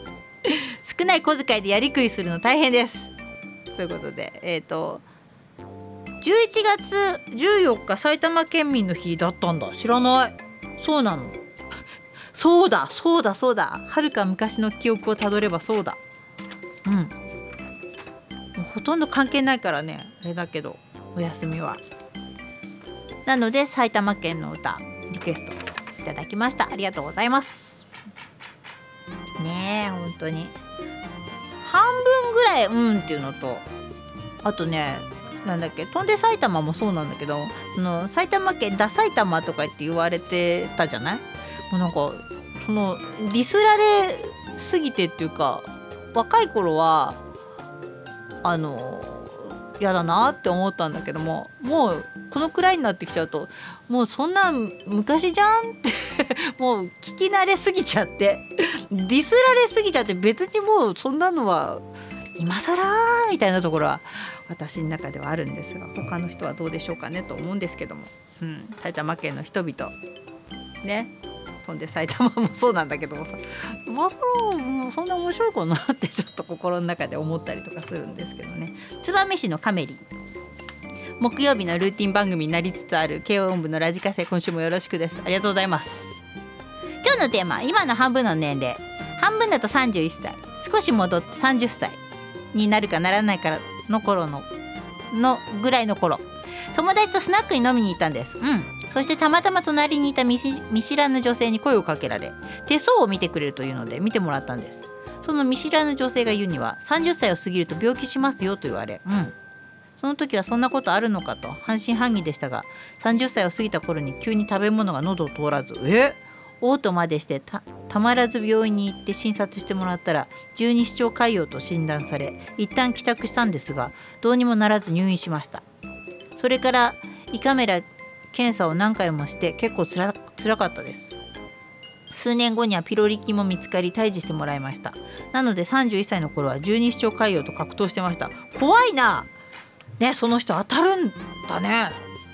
少ない小遣いでやりくりするの大変です。ということで、えっとじゅういちがつじゅうよっか埼玉県民の日だったんだ。知らない。そうなの。そうだそうだそうだ。はるか昔の記憶をたどればそうだ。うん。もうほとんど関係ないからね、あれだけどお休みは。なので埼玉県の歌リクエストいただきました。ありがとうございます。ねえ本当に半分ぐらいうんっていうのと、あとねなんだっけ、飛んで埼玉もそうなんだけど、その埼玉県ダ埼玉とか言って言われてたじゃない。もうなんかそのディスられすぎてっていうか、若い頃はあの嫌だなって思ったんだけども、もうこのくらいになってきちゃうと、もうそんな昔じゃんってもう聞き慣れすぎちゃってディスられすぎちゃって、別にもうそんなのは今更みたいなところは私の中ではあるんですが、他の人はどうでしょうかねと思うんですけども、うん、埼玉県の人々ね、飛んで埼玉もそうなんだけどもさ、まあそれもうそんな面白いかなってちょっと心の中で思ったりとかするんですけどね。燕市のカメリ木曜日のルーティン番組になりつつある慶応本部のラジカセ、今週もよろしくです。ありがとうございます。今日のテーマ、今の半分の年齢、半分だとさんじゅういっさい、少し戻ってさんじゅっさいになるかならないかの頃ののぐらいの頃、友達とスナックに飲みに行ったんです。うん。そしてたまたま隣にいた見知らぬ女性に声をかけられ、手相を見てくれるというので見てもらったんです。その見知らぬ女性が言うには、さんじゅっさいを過ぎると病気しますよと言われ、うん、その時はそんなことあるのかと半信半疑でしたが、さんじゅっさいを過ぎた頃に急に食べ物が喉を通らず、え嘔吐までして た, たまらず病院に行って診察してもらったら、十二指腸潰瘍と診断され、一旦帰宅したんですが、どうにもならず入院しました。それから胃カメラ検査を何回もして結構つら、つらかったです。数年後にはピロリ菌も見つかり退治してもらいました。なのでさんじゅういっさいの頃は十二指腸潰瘍と格闘してました。怖いなね、その人当たるんだね。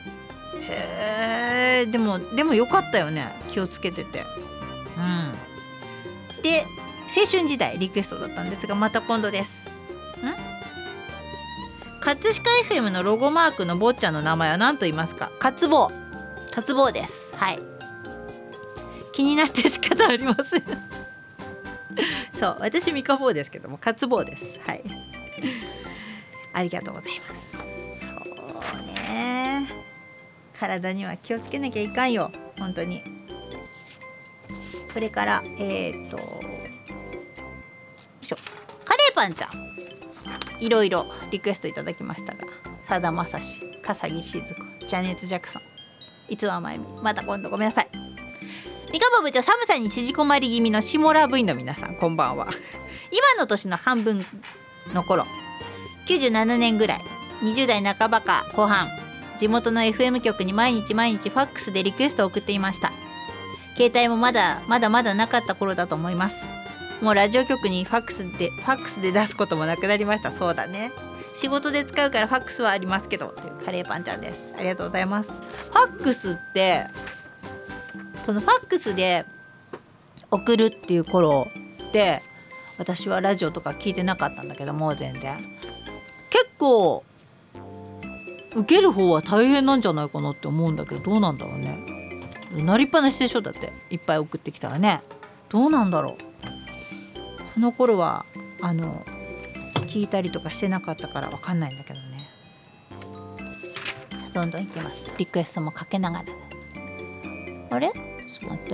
へえ、でもでもよかったよね、気をつけてて。うんで、青春時代リクエストだったんですが、また今度です。ん葛飾 エフエム のロゴマークの坊ちゃんの名前は何と言いますか？勝坊。達坊です。はい。気になって仕方ありませんそう、私三日坊ですけども勝坊です。はいありがとうございます。そうね、体には気をつけなきゃいかんよ、本当に。それからえー、っとカレーパンちゃん、いろいろリクエストいただきましたが、さだまさし、笠木静子、ジャネット・ジャクソン、いつはまゆみ、また今度ごめんなさい。三日坊部長、寒さに縮こまり気味のシモラー部員の皆さん、こんばんは。今の年の半分の頃、きゅうじゅうななねんぐらい、にじゅう代半ばか後半、地元の エフエム 局に毎日毎日ファックスでリクエストを送っていました。携帯もまだまだまだなかった頃だと思います。もうラジオ局にファックスでファックスで出すこともなくなりました。そうだね、仕事で使うからファックスはありますけど、というカレーパンちゃんです。ありがとうございます。ファックスって、そのファックスで送るっていう頃って私はラジオとか聞いてなかったんだけども、全然結構受ける方は大変なんじゃないかなって思うんだけど、どうなんだろうね。なりっぱなしでしょ、だっていっぱい送ってきたらね。どうなんだろう。この頃はあの聞いたりとかしてなかったから分かんないんだけどね。どんどんいきます。リクエストもかけながら。あれ、ちょっと待って、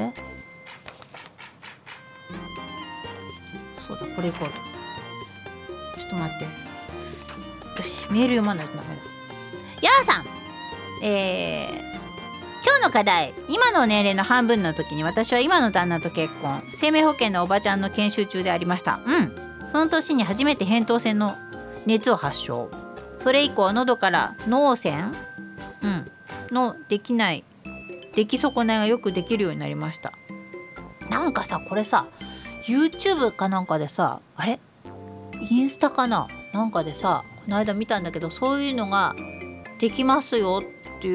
そうだ、これいこうと。ちょっと待って、よし、メール読まないとダメだ。やーさん、えー、今日の課題、今の年齢の半分の時に私は今の旦那と結婚、生命保険のおばちゃんの研修中でありました。うん、その年に初めて扁桃腺の熱を発症。それ以降喉から脳腺、うん、のできない出来損ないがよくできるようになりました。なんかさ、これさ YouTube かなんかでさ、あれインスタかななんかでさ、この間見たんだけど、そういうのができますよっていう、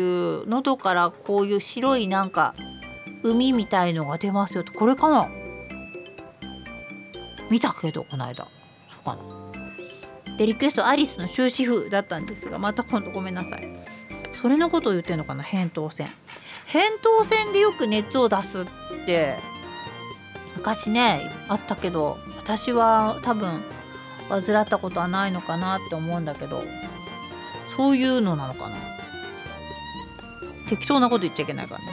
喉からこういう白いなんか海みたいのが出ますよって、これかな。 見たけどこの間そうかな。でリクエストアリスの終止符だったんですが、また今度ごめんなさい。それのことを言ってんのかな。扁桃腺扁桃腺でよく熱を出すって昔ねあったけど、私は多分患ったことはないのかなって思うんだけど、そういうのなのかな。適当なこと言っちゃいけないからね。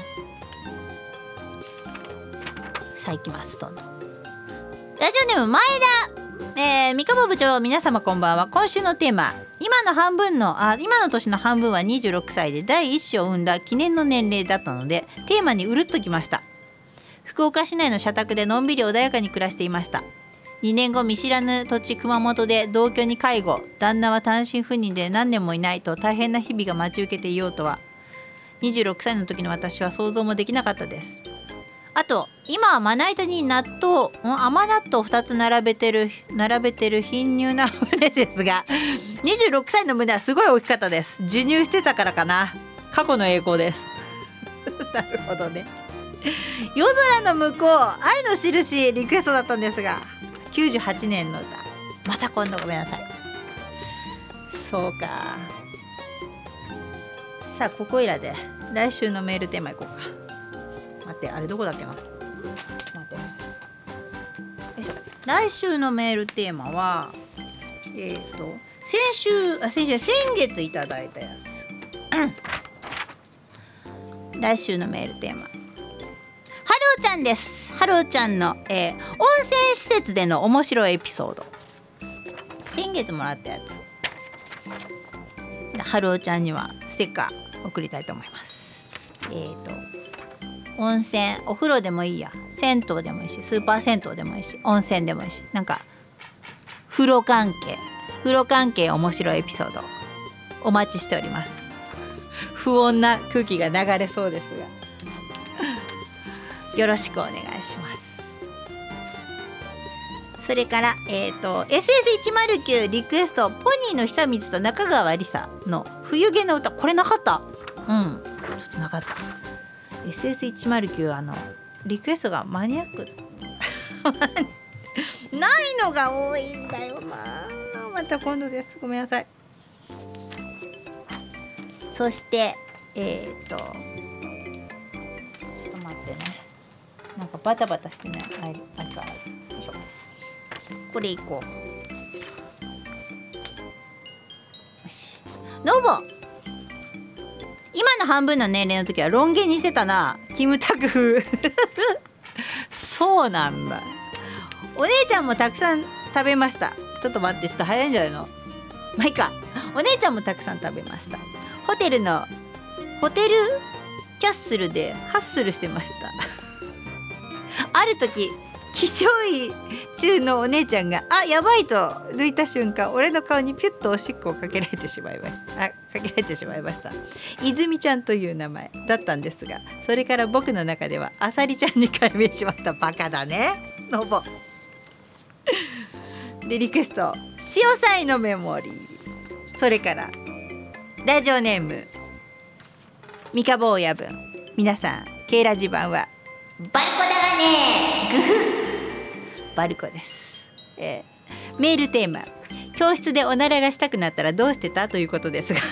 さあ行きます。どんどんラジオネーム前田、えー、三河部長、皆様こんばんは。今週のテーマ、今の半分のあ今の年の半分はにじゅうろくさいで第一子を産んだ記念の年齢だったので、テーマにうるっときました。福岡市内の社宅でのんびり穏やかに暮らしていました。にねんご、見知らぬ土地熊本で同居に介護、旦那は単身赴任で何年もいないと大変な日々が待ち受けていようとは、にじゅうろくさいの時の私は想像もできなかったです。あと今はまな板に納豆、甘納豆をふたつ並べてる並べてる貧乳な胸ですが、にじゅうろくさいの胸はすごい大きかったです。授乳してたからかな。過去の栄光ですなるほどね。夜空の向こう、愛の印リクエストだったんですが、きゅうじゅうはちねんの歌。また今度ごめんなさい。そうか。さあここいらで来週のメールテーマいこうか。待って、あれどこだっけな。待ってよいしょ。来週のメールテーマはえっ、ー、と先週あ先週先月いただいたやつ来週のメールテーマ、ハローちゃんです。ハローちゃんの、えー、温泉施設での面白いエピソード。先月もらったやつ。ハローちゃんにはステッカー送りたいと思います。えーと温泉、お風呂でもいいや、銭湯でもいいし、スーパー銭湯でもいいし、温泉でもいいし、なんか風呂関係風呂関係面白いエピソードお待ちしております。不穏な空気が流れそうですがよろしくお願いします。それから、えーと エスエスいちまるきゅう リクエスト、ポニーの久光と中川りさの冬毛の歌。これなかった。うんちょっとなかった。 エスエスいちまるきゅう あのリクエストがマニアックないのが多いんだよな。また今度です。ごめんなさい。そしてえっ、ー、とちょっと待ってね。なんかバタバタしてない。はい、なんかよいしょ。これいこう。よし。ノボ。今の半分の年齢の時はロン毛にしてたな。キムタク風そうなんだ。お姉ちゃんもたくさん食べました。ちょっと待って、ちょっと早いんじゃないの。まあいいか。お姉ちゃんもたくさん食べました。ホテルのホテルキャッスルでハッスルしてましたある時気象医中のお姉ちゃんがあやばいと抜いた瞬間、俺の顔にピュッとおしっこをかけられてしまいましたあかけられてしまいました。泉ちゃんという名前だったんですが、それから僕の中ではあさりちゃんに改名しました。バカだねノボでリクエスト、潮騒のメモリー。それからラジオネーム三日坊や分。皆さんケイラジ版はバルコだがねグフバルコです、えー、メールテーマ、教室でおならがしたくなったらどうしてたということですが違う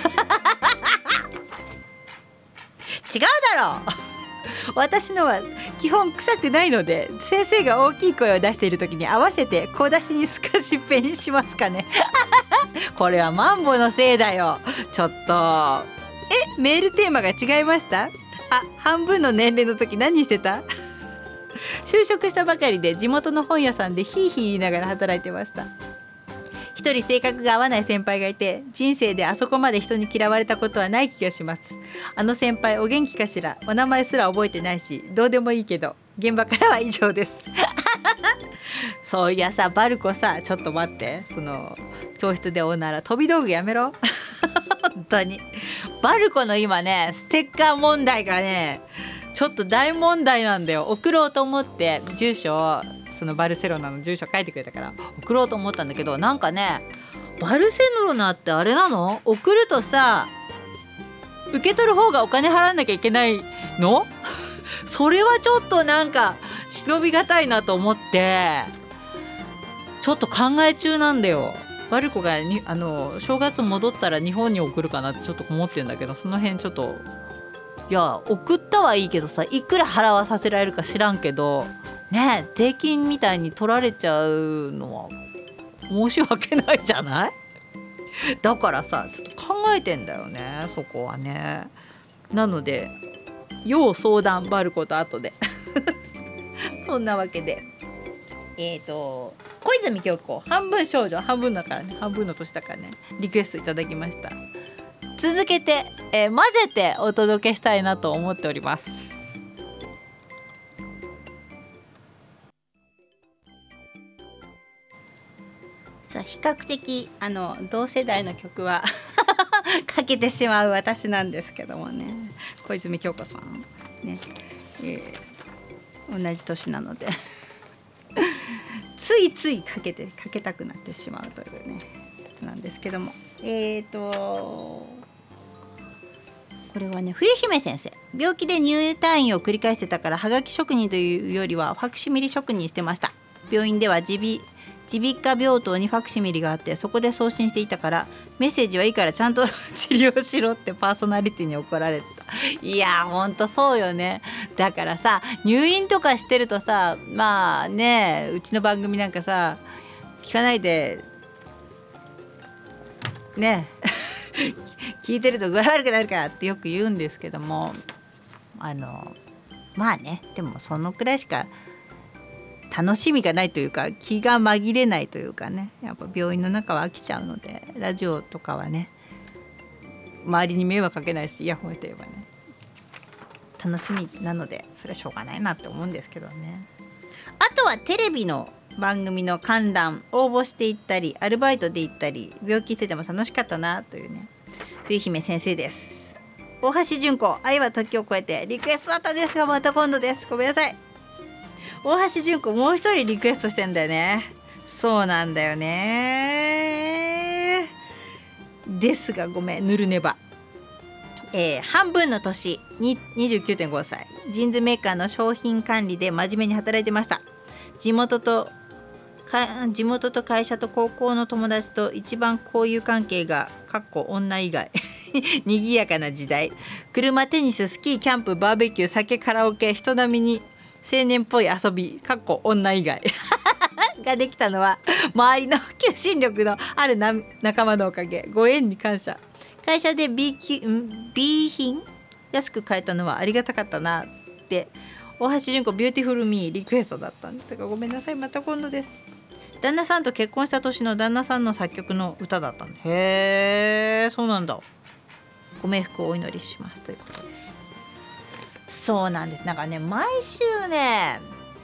だろう私のは基本臭くないので、先生が大きい声を出している時に合わせて小出しにスカシッペにしますかねこれはマンボのせいだよ。ちょっとえメールテーマが違いました。あ、半分の年齢の時何してた就職したばかりで地元の本屋さんでヒーヒー言いながら働いてました。一人性格が合わない先輩がいて、人生であそこまで人に嫌われたことはない気がします。あの先輩お元気かしら。お名前すら覚えてないしどうでもいいけど、現場からは以上ですそういやさバルコさ、ちょっと待って、その教室でおなら飛び道具やめろ本当にバルコの今ねステッカー問題がねちょっと大問題なんだよ。送ろうと思って住所を、そのバルセロナの住所書いてくれたから送ろうと思ったんだけど、なんかねバルセロナってあれなの、送るとさ受け取る方がお金払わなきゃいけないのそれはちょっとなんか忍びがたいなと思って、 ちょっと考え中なんだよ。バルコがにあの正月戻ったら日本に送るかなってちょっと思ってんだけど、その辺ちょっと、いや送ったはいいけどさ、いくら払わさせられるか知らんけどね、税金みたいに取られちゃうのは申し訳ないじゃない。だからさちょっと考えてんだよね、そこはね。なので要相談バルコと後でそんなわけで、えーと小泉京子、半分少女半分だからね、半分の年だからね、リクエストいただきました。続けて、えー、混ぜてお届けしたいなと思っております。さあ比較的あの同世代の曲はかけてしまう私なんですけどもね、小泉京子さんね、えー、同じ年なのでついついかけてかけたくなってしまうというねやつなんですけども、えーとこれはね、冬姫先生、病気で入退院を繰り返してたからはがき職人というよりはファクシミリ職人してました。病院では耳鼻科病棟にファクシミリがあって、そこで送信していたから、メッセージはいいからちゃんと治療しろってパーソナリティに怒られた。いやほんとそうよね。だからさ入院とかしてるとさ、まあね、うちの番組なんかさ聞かないでね聞いてると具合悪くなるからってよく言うんですけども、あのまあね、でもそのくらいしか楽しみがないというか、気が紛れないというかね、やっぱ病院の中は飽きちゃうので、ラジオとかはね周りに迷惑かけないし、イヤホンしてればね楽しみなので、それはしょうがないなって思うんですけどね。あとはテレビの番組の観覧応募していったり、アルバイトで行ったり、病気してても楽しかったなというね、冬姫先生です。大橋純子、愛は時を超えてリクエストだったんですが、また今度です。ごめんなさい。大橋純子もう一人リクエストしてんだよね。そうなんだよね。ですがごめん、ぬるねば。えー、半分の年に にじゅうきゅうてんごさい、ジーンズメーカーの商品管理で真面目に働いてました。地元とか地元と会社と高校の友達と一番交友関係がかっこ女以外賑やかな時代、車、テニス、スキー、キャンプ、バーベキュー、酒、カラオケ、人並みに青年っぽい遊びかっこ女以外ができたのは周りの求心力のあるな仲間のおかげ、ご縁に感謝。会社で B, B 品安く買えたのはありがたかったなって、大橋純子ビューティフルミーリクエストだったんですが、ごめんなさい、また今度です。旦那さんと結婚した年の旦那さんの作曲の歌だったんで、へー、そうなんだ。ご冥福をお祈りしますということです。そうなんです。なんかね、毎週ね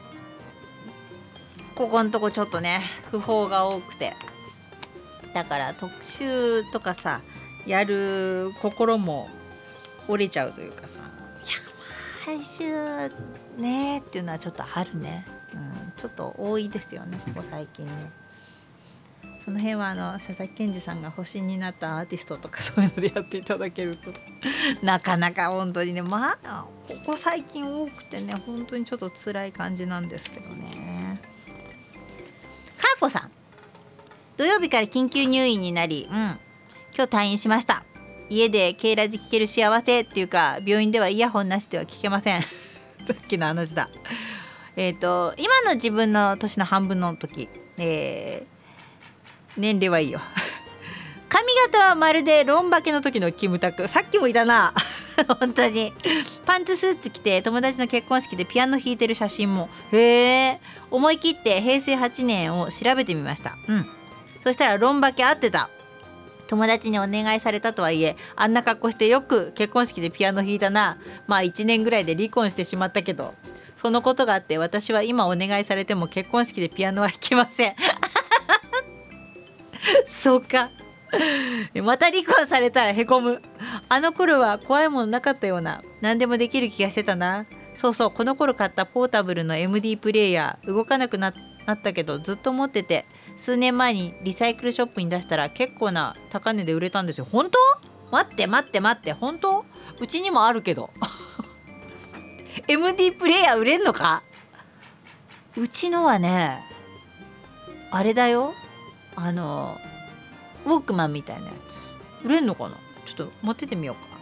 ここのとこちょっとね訃報が多くて、だから特集とかさやる心も折れちゃうというかさ、いや毎週ねっていうのはちょっとあるね、うん、ちょっと多いですよね、ここ最近ね。その辺はあの佐々木健二さんが星新になったアーティストとかそういうのでやっていただけるとなかなか本当にね、まあここ最近多くてね、本当にちょっと辛い感じなんですけどね。かーこさん、土曜日から緊急入院になり、うん、今日退院しました。家でKラジ聞ける幸せっていうか、病院ではイヤホンなしでは聞けませんさっきの話だ。えっと今の自分の年の半分の時、えー年齢はいいよ髪型はまるでロンバケの時のキムタク、さっきもいたな本当に。パンツスーツ着て友達の結婚式でピアノ弾いてる写真も、へー、思い切ってへいせいはちねんを調べてみました。うん、そしたらロンバケ合ってた。友達にお願いされたとはいえ、あんな格好してよく結婚式でピアノ弾いたな。まあいちねんぐらいで離婚してしまったけど、そのことがあって私は今お願いされても結婚式でピアノは弾きませんそうかまた離婚されたらへこむ。あの頃は怖いものなかったような、何でもできる気がしてたな。そうそう、この頃買ったポータブルの エムディー プレイヤー動かなく な, なったけどずっと持ってて、数年前にリサイクルショップに出したら結構な高値で売れたんですよ。本当？待って待って待って、本当？うちにもあるけどエムディー プレイヤー売れんのか？うちのはねあれだよ、あのウォークマンみたいなやつ売れんのかな、ちょっと持ってってみようか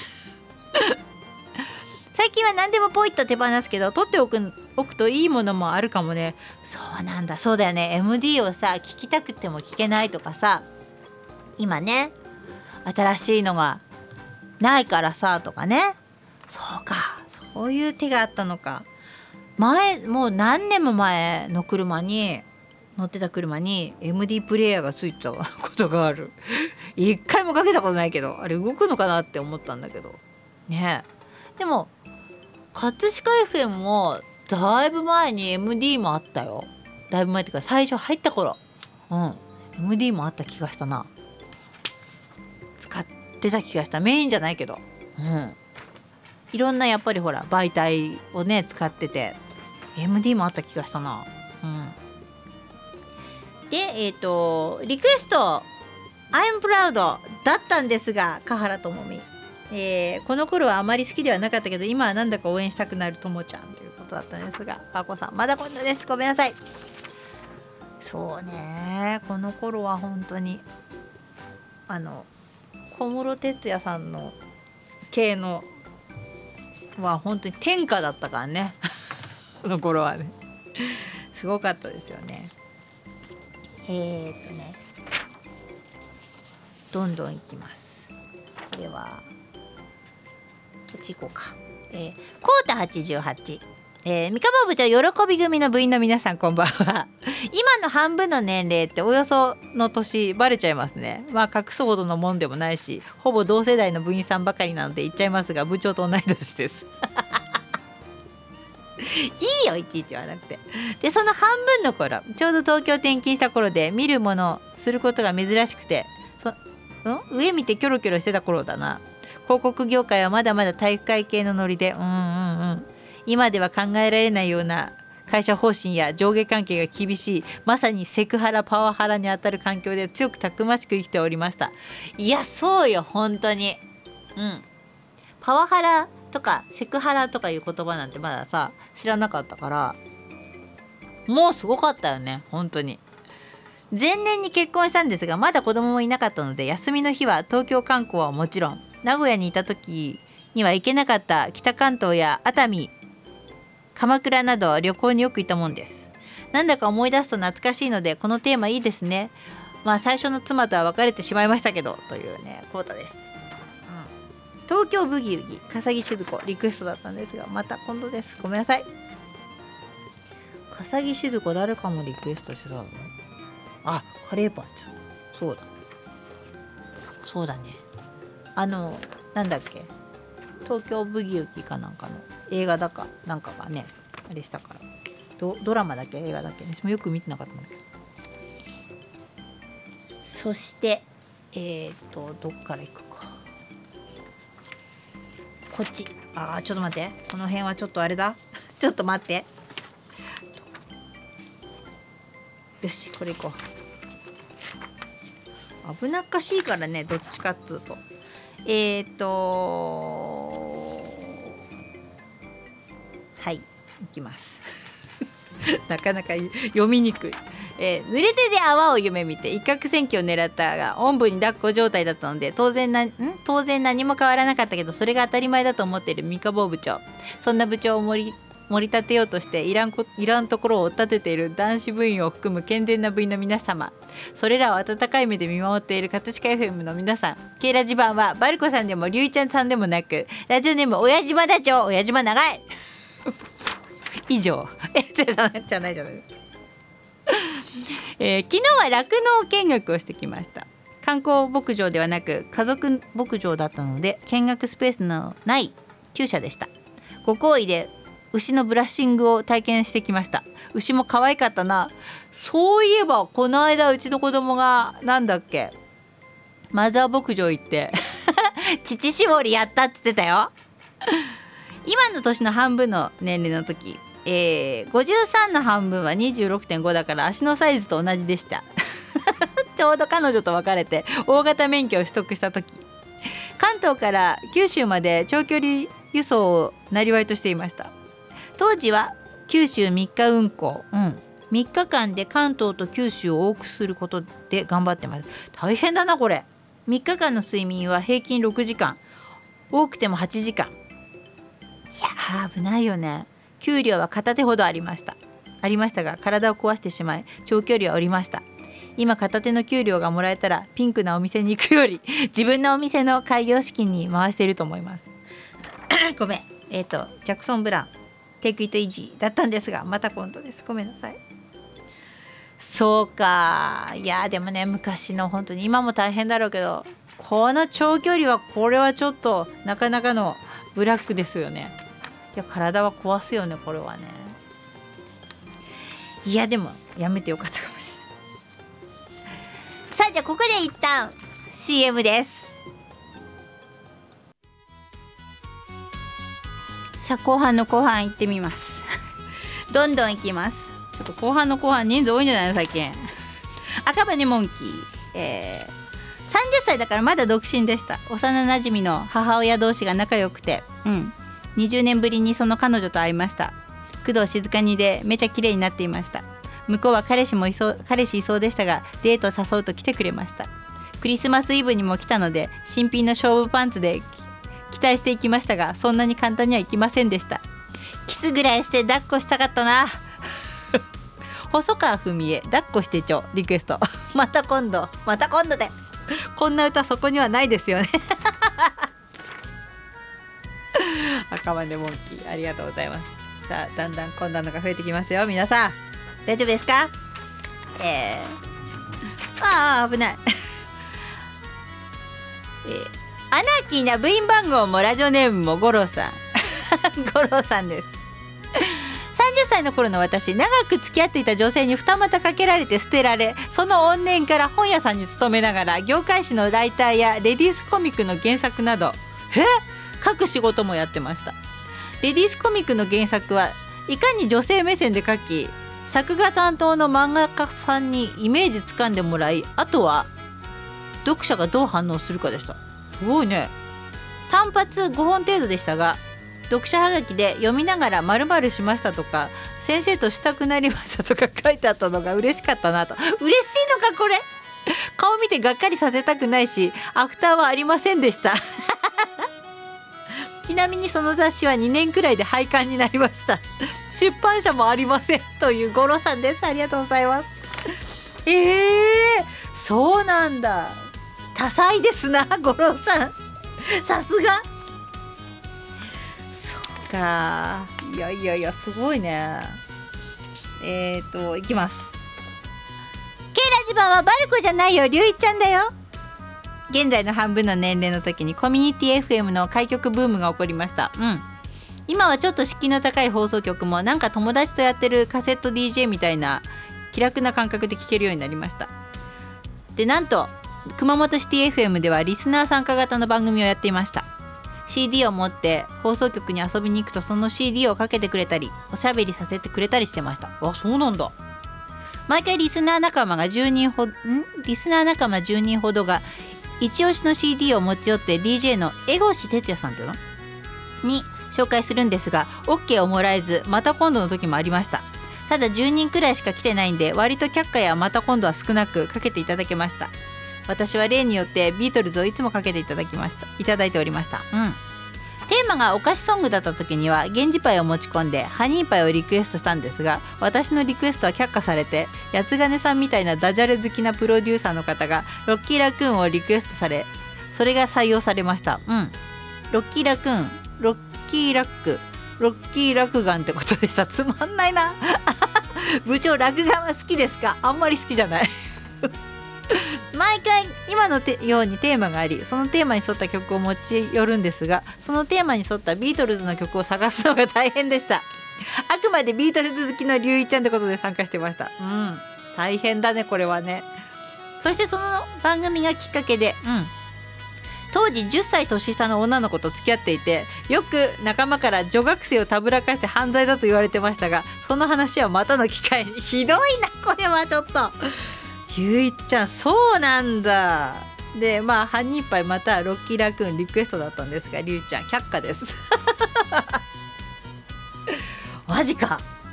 最近は何でもポイッと手放すけど、取っておくおくといいものもあるかもね。そうなんだ、そうだよね。 エムディー をさ聞きたくても聞けないとかさ、今ね新しいのがないからさとかね。そうか、そういう手があったのか。前もう何年も前の車に乗ってた車に エムディー プレイヤーがついてたことがある一回もかけたことないけど、あれ動くのかなって思ったんだけどね。でも葛飾 エフエム もだいぶ前に エムディー もあったよ。だいぶ前っていうか最初入った頃、うん エムディー もあった気がしたな。使ってた気がした。メインじゃないけど、うん、いろんなやっぱりほら媒体をね使ってて エムディー もあった気がしたな。うん、でえっ、ー、とリクエスト I'm proud だったんですが、華原朋美、えー、この頃はあまり好きではなかったけど今はなんだか応援したくなるともちゃんということだったんですが、パコさんまだ今度です、ごめんなさい。そうね、この頃は本当にあの小室哲哉さんの系のは本当に天下だったからねこの頃はねすごかったですよね。えー、っとねどんどんいきます。これはこっち行こうか。えー、コータはちじゅうはち、えー、三河部長喜び組の部員の皆さんこんばんは今の半分の年齢っておよその年バレちゃいますね。まあ隠すほどのもんでもないし、ほぼ同世代の部員さんばかりなので言っちゃいますが、部長と同い年ですいいよいちいちはなくて。でその半分の頃、ちょうど東京転勤した頃で見るものすることが珍しくて、そん上見てキョロキョロしてた頃だな。広告業界はまだまだ体育会系のノリで、うんうんうん、今では考えられないような会社方針や上下関係が厳しい、まさにセクハラパワハラにあたる環境で強くたくましく生きておりました。いやそうよ本当に、うん、パワハラとかセクハラとかいう言葉なんてまださ知らなかったから、もうすごかったよね本当に。前年に結婚したんですがまだ子供もいなかったので、休みの日は東京観光はもちろん、名古屋にいた時には行けなかった北関東や熱海、鎌倉など旅行によく行ったもんです。なんだか思い出すと懐かしいのでこのテーマいいですね。まあ最初の妻とは別れてしまいましたけどというねコータです、うん、東京ブギウギ笠木静子リクエストだったんですが、また今度です、ごめんなさい。笠木静子誰かもリクエストしてたの？あ、カレーパンちゃん、そうだそうだね、あのなんだっけ、東京ブギウギかなんかの映画だかなんかがねあれしたから、 ド, ドラマだっけ映画だっけ、私もよく見てなかったんだけど。そしてえっ、ー、とどっから行くか、こっち、あーちょっと待って、この辺はちょっとあれだちょっと待って、よしこれ行こう。危なっかしいからねどっちかっつうと、えっ、ー、とはい行きますなかなか読みにくい、えー、濡れ手で泡を夢見て一攫千金を狙ったがおんぶに抱っこ状態だったので当然なん当然何も変わらなかったけど、それが当たり前だと思っている三河部長、そんな部長を盛り盛り立てようとしていらんこいらんところを追っ立てている男子部員を含む健全な部員の皆様、それらを温かい目で見守っている葛飾 エフエム の皆さん、ケイラジ版はバルコさんでもリュウイちゃんさんでもなく、ラジオネーム親島ダチョウ、親島長い以上えじゃないじゃないえー、昨日は酪農見学をしてきました。観光牧場ではなく家族牧場だったので見学スペースのない厩舎でした。ご厚意で牛のブラッシングを体験してきました。牛も可愛かったな。そういえばこの間うちの子供がなんだっけマザー牧場行って乳搾りやったって言ってたよ今の年の半分の年齢の時、えー、ごじゅうさんの半分は にじゅうろくてんご だから足のサイズと同じでしたちょうど彼女と別れて大型免許を取得した時、関東から九州まで長距離輸送を生業としていました。当時は九州みっか運行、うん、 みっかかんで関東と九州を往復することで頑張ってます。大変だなこれ。みっかかんの睡眠は平均ろくじかん、多くてもはちじかん。いやー危ないよね。給料は片手ほどありましたありましたが体を壊してしまい長距離は降りました。今片手の給料がもらえたらピンクなお店に行くより自分のお店の開業資金に回していると思いますごめん。えっ、ー、とジャクソン・ブラウンテイクイットイージーだったんですが、また今度です。ごめんなさい。そうか。いやでもね、昔の本当に今も大変だろうけど、この長距離はこれはちょっとなかなかのブラックですよね。いや体は壊すよねこれはね。いやでもやめてよかったかもしれない。さあじゃあここで一旦 シーエム です。さあ後半の後半行ってみますどんどん行きます。ちょっと後半の後半人数多いんじゃないの最近赤羽モンキー、えー、さんじゅっさいだからまだ独身でした。幼なじみの母親同士が仲良くて、うんにじゅうねんぶりにその彼女と会いました。工藤静香にでめちゃ綺麗になっていました。向こうは彼氏もいそう彼氏いそうでしたが、デートを誘うと来てくれました。クリスマスイブにも来たので新品の勝負パンツで期待していきましたが、そんなに簡単にはいきませんでした。キスぐらいして抱っこしたかったな細川文江抱っこしてちょリクエストまた今度また今度でこんな歌そこにはないですよね赤羽モンキーありがとうございます。さあだんだんこんなのが増えてきますよ。皆さん大丈夫ですか？えー、ああ危ない、えー、アナーキーな部員番号もラジオネームも五郎さん五郎さんです。さんじゅっさいの頃の私、長く付き合っていた女性に二股かけられて捨てられ、その怨念から本屋さんに勤めながら業界誌のライターやレディースコミックの原作などえ書く仕事もやってました。レディースコミックの原作はいかに女性目線で書き、作画担当の漫画家さんにイメージつかんでもらい、あとは読者がどう反応するかでした。すごいね。単発ごほん程度でしたが、読者はがきで読みながら〇〇しましたとか、先生としたくなりましたとか書いてあったのが嬉しかったなと。嬉しいのかこれ。顔見てがっかりさせたくないし、アフターはありませんでしたちなみにその雑誌はにねんくらいで廃刊になりました出版社もありませんという五郎さんです。ありがとうございます。えー、そうなんだ。多彩ですな五郎さん、さすが。そうか。いやいやいやすごいね。えーといきます。Kラジバはバルコじゃないよ、りゅういちゃんだよ。現在の半分の年齢の時にコミュニティ エフエム の開局ブームが起こりました。うん。今はちょっと敷居の高い放送局もなんか友達とやってるカセット ディージェー みたいな気楽な感覚で聴けるようになりました。でなんと熊本シティ エフエム ではリスナー参加型の番組をやっていました。 シーディー を持って放送局に遊びに行くと、その シーディー をかけてくれたりおしゃべりさせてくれたりしてました。あ、そうなんだ。毎回リスナー仲間がじゅうにんほどんリスナー仲間じゅうにんほどが一押しの シーディー を持ち寄って ディージェー の江越哲也さんっていうのに紹介するんですが、 OK をもらえずまた今度の時もありました。ただじゅうにんくらいしか来てないんで、割と却下やまた今度は少なくかけていただけました。私は例によってビートルズをいつもかけていただきましたいただいておりました。うん。テーマがお菓子ソングだった時には源氏パイを持ち込んでハニーパイをリクエストしたんですが、私のリクエストは却下されて、八つ金さんみたいなダジャレ好きなプロデューサーの方がロッキーラクーンをリクエストされ、それが採用されました。うん。ロッキーラクーン、ロッキーラック、ロッキーラクガンってことでした。つまんないな部長ラクガンは好きですか？あんまり好きじゃない毎回今のようにテーマがあり、そのテーマに沿った曲を持ち寄るんですが、そのテーマに沿ったビートルズの曲を探すのが大変でした。あくまでビートルズ好きのりゅういちゃんってことで参加してました。うん、大変だねこれはね。そしてその番組がきっかけで、うん、当時じゅっさい年下の女の子と付き合っていて、よく仲間から女学生をたぶらかして犯罪だと言われてましたが、その話はまたの機会に。ひどいなこれはちょっと。ゆいちゃんそうなんだ。でまあハニーパイまたロッキーラクーンリクエストだったんですが、りゅうちゃん却下ですマジか。こ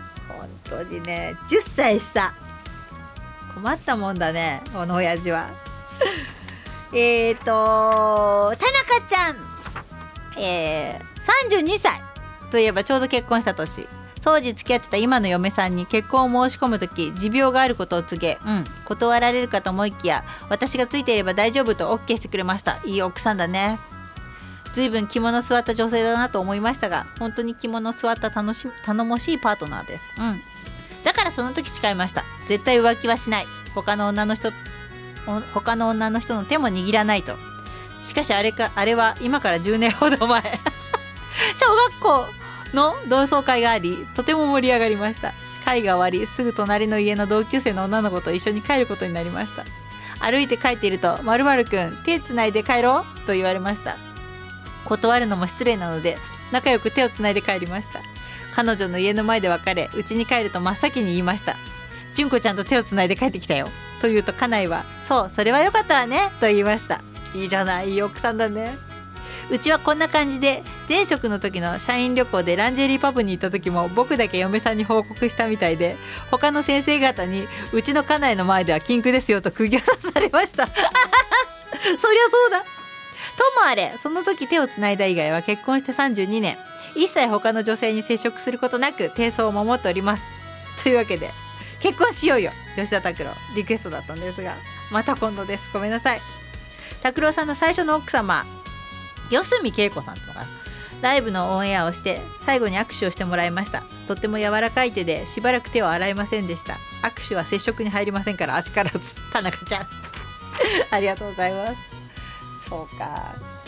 当にねじゅっさい下。困ったもんだねこの親父は。えーと田中ちゃん、えー、さんじゅうにさいといえばちょうど結婚した年。当時付き合ってた今の嫁さんに結婚を申し込むとき持病があることを告げ、うん、断られるかと思いきや私がついていれば大丈夫と オーケー してくれました。いい奥さんだね。ずいぶん着物座った女性だなと思いましたが、本当に着物座った楽し頼もしいパートナーです。うん、だからその時誓いました。絶対浮気はしない。他の女の人他の女の人の手も握らないと。しかしあれかあれは今からじゅうねんほど前小学校の同窓会があり、とても盛り上がりました。会が終わり、すぐ隣の家の同級生の女の子と一緒に帰ることになりました。歩いて帰っていると、〇〇くん手つないで帰ろうと言われました。断るのも失礼なので仲良く手をつないで帰りました。彼女の家の前で別れ、家に帰ると真っ先に言いました。純子ちゃんと手をつないで帰ってきたよと言うと、家内はそうそれはよかったわねと言いました。いいじゃない、いい奥さんだね。うちはこんな感じで、前職の時の社員旅行でランジェリーパブに行った時も僕だけ嫁さんに報告したみたいで、他の先生方にうちの家内の前では禁句ですよと釘を刺されましたそりゃそうだ。ともあれ、その時手をつないだ以外は結婚してさんじゅうにねん、一切他の女性に接触することなく貞操を守っております。というわけで結婚しようよ吉田拓郎リクエストだったんですが、また今度です。ごめんなさい。拓郎さんの最初の奥様四隅恵子さんとかライブのオンエアをして最後に握手をしてもらいました。とっても柔らかい手でしばらく手を洗いませんでした。握手は接触に入りませんから足からず。田中ちゃんありがとうございます。そうか、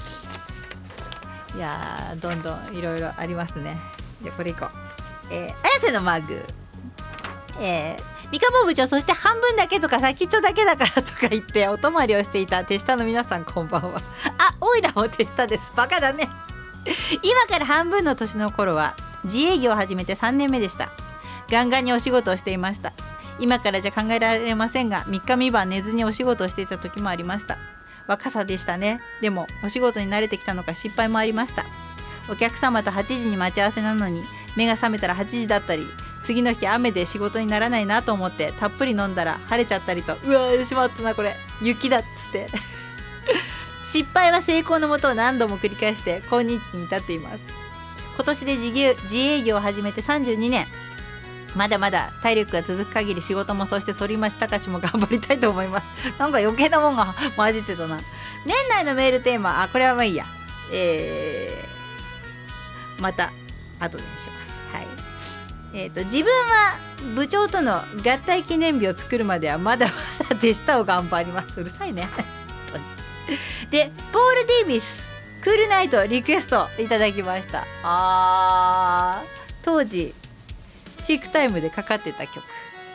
いやーどんどんいろいろありますね。じゃあこれいこう。えー、綾瀬のマグ、えー三河部長、そして半分だけとか先っちょだけだからとか言ってお泊まりをしていた手下の皆さん、こんばんは。あ、おいらも手下です。バカだね今から半分の年の頃は自営業を始めてさんねんめでした。ガンガンにお仕事をしていました。今からじゃ考えられませんが、みっかみばん寝ずにお仕事をしていた時もありました。若さでしたね。でもお仕事に慣れてきたのか失敗もありました。お客様とはちじに待ち合わせなのに目が覚めたらはちじだったり、次の日雨で仕事にならないなと思ってたっぷり飲んだら晴れちゃったりと、うわーしまったなこれ雪だっつって失敗は成功のもとを何度も繰り返して今日に至っています。今年で自業自営業を始めてさんじゅうにねん、まだまだ体力が続く限り仕事も、そして反町隆史も頑張りたいと思いますなんか余計なもんが混じってたな。年内のメールテーマ、あこれはまあいいや、えー、また後でにします。はい、えーと、自分は部長との合体記念日を作るまではまだまだ手下を頑張ります。うるさいねでポール・デイビスクールナイトリクエストいただきました。あー当時チークタイムでかかってた曲。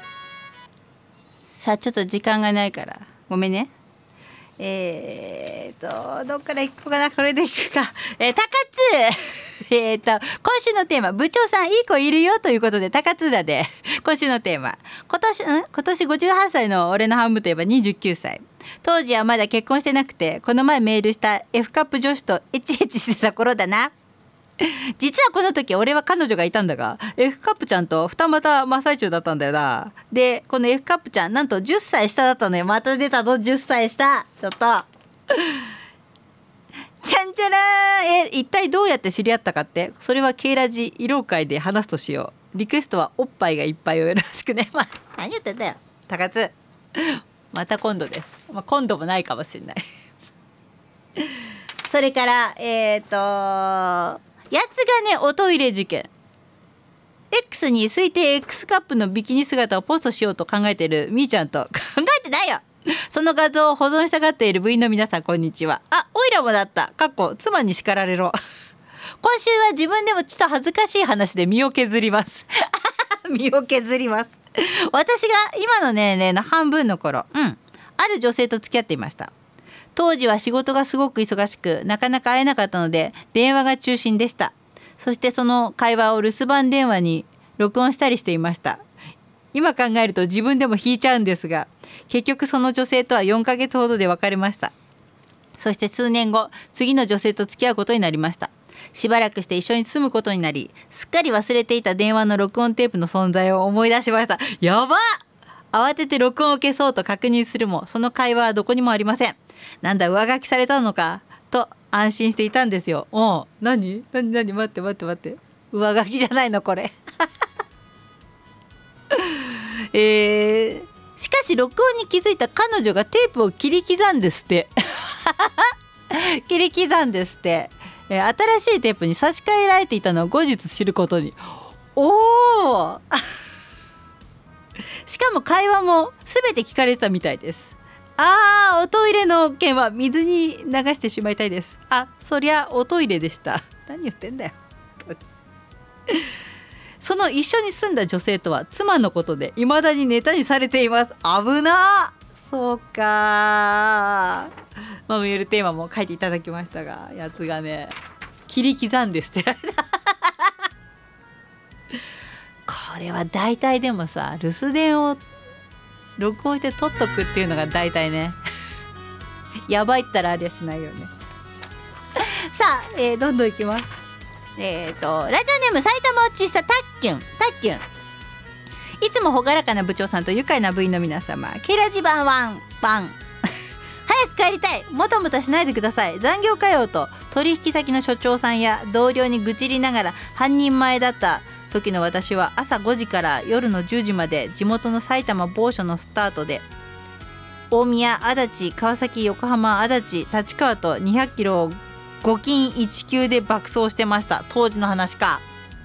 さあちょっと時間がないからごめんね。えーとどっから行こうかな。これで行くか。えー、高津えーと今週のテーマ、部長さんいい子いるよということで、高津田で今週のテーマ、今年ん今年ごじゅうはっさいの俺の半分といえばにじゅうきゅうさい。当時はまだ結婚してなくて、この前メールした F カップ女子とエチエチしてた頃だな。実はこの時俺は彼女がいたんだが、 F カップちゃんと二股真っ最中だったんだよな。でこの F カップちゃんなんとじゅっさい下だったのよ。また出たぞじゅっさい下。ちょっとちゃんちゃらー。え一体どうやって知り合ったかって、それは K ラジ慰労会で話すとしよう。リクエストはおっぱいがいっぱいをよろしくね。まあ何言ってんだよ高津。また今度です。まあ、今度もないかもしれないそれからえっ、ー、とやつがね、おトイレ事件 X に推定 X カップのビキニ姿をポストしようと考えているみーちゃんと、考えてないよその画像を保存したがっている部員の皆さん、こんにちは。あ、おいらもだった。かっこ妻に叱られろ今週は自分でもちょっと恥ずかしい話で身を削ります身を削ります私が今の年齢の半分の頃、うん、ある女性と付き合っていました。当時は仕事がすごく忙しく、なかなか会えなかったので電話が中心でした。そしてその会話を留守番電話に録音したりしていました。今考えると自分でも引いちゃうんですが、結局その女性とはよんかげつほどで別れました。そして数年後、次の女性と付き合うことになりました。 しばらくして一緒に住むことになり、すっかり忘れていた電話の録音テープの存在を思い出しました。やばっ。慌てて録音を消そうと確認するも、その会話はどこにもありません。なんだ、上書きされたのかと安心していたんですよ。おう、何何何待って待って待って、上書きじゃないのこれえー、しかし録音に気づいた彼女がテープを切り刻んですって切り刻んですって、えー、新しいテープに差し替えられていたのを後日知ることに。おおしかも会話も全て聞かれてたみたいです。あー、おトイレの件は水に流してしまいたいです。あ、そりゃおトイレでした。何言ってんだよその一緒に住んだ女性とは妻のことで未だにネタにされています。危な。そうか、まあ、メールテーマも書いていただきましたが、やつがね、切り刻んで捨てられたこれは大体でもさ、留守電を録音して撮っとくっていうのが大体ねやばいったらありゃしないよねさあ、えー、どんどんいきます。えーとラジオネーム埼玉落ちしたたっきゅんたっきゅん、いつも朗らかな部長さんと愉快な部員の皆様、ケラジバンワンバン早く帰りたい、もたもたしないでください、残業かよと取引先の所長さんや同僚に愚痴りながら半人前だった時の私は、朝ごじから夜のじゅうじまで地元の埼玉某所のスタートで大宮、足立、川崎、横浜、足立、立川とにひゃくキロをご勤いちきゅうで爆走してました。当時の話か。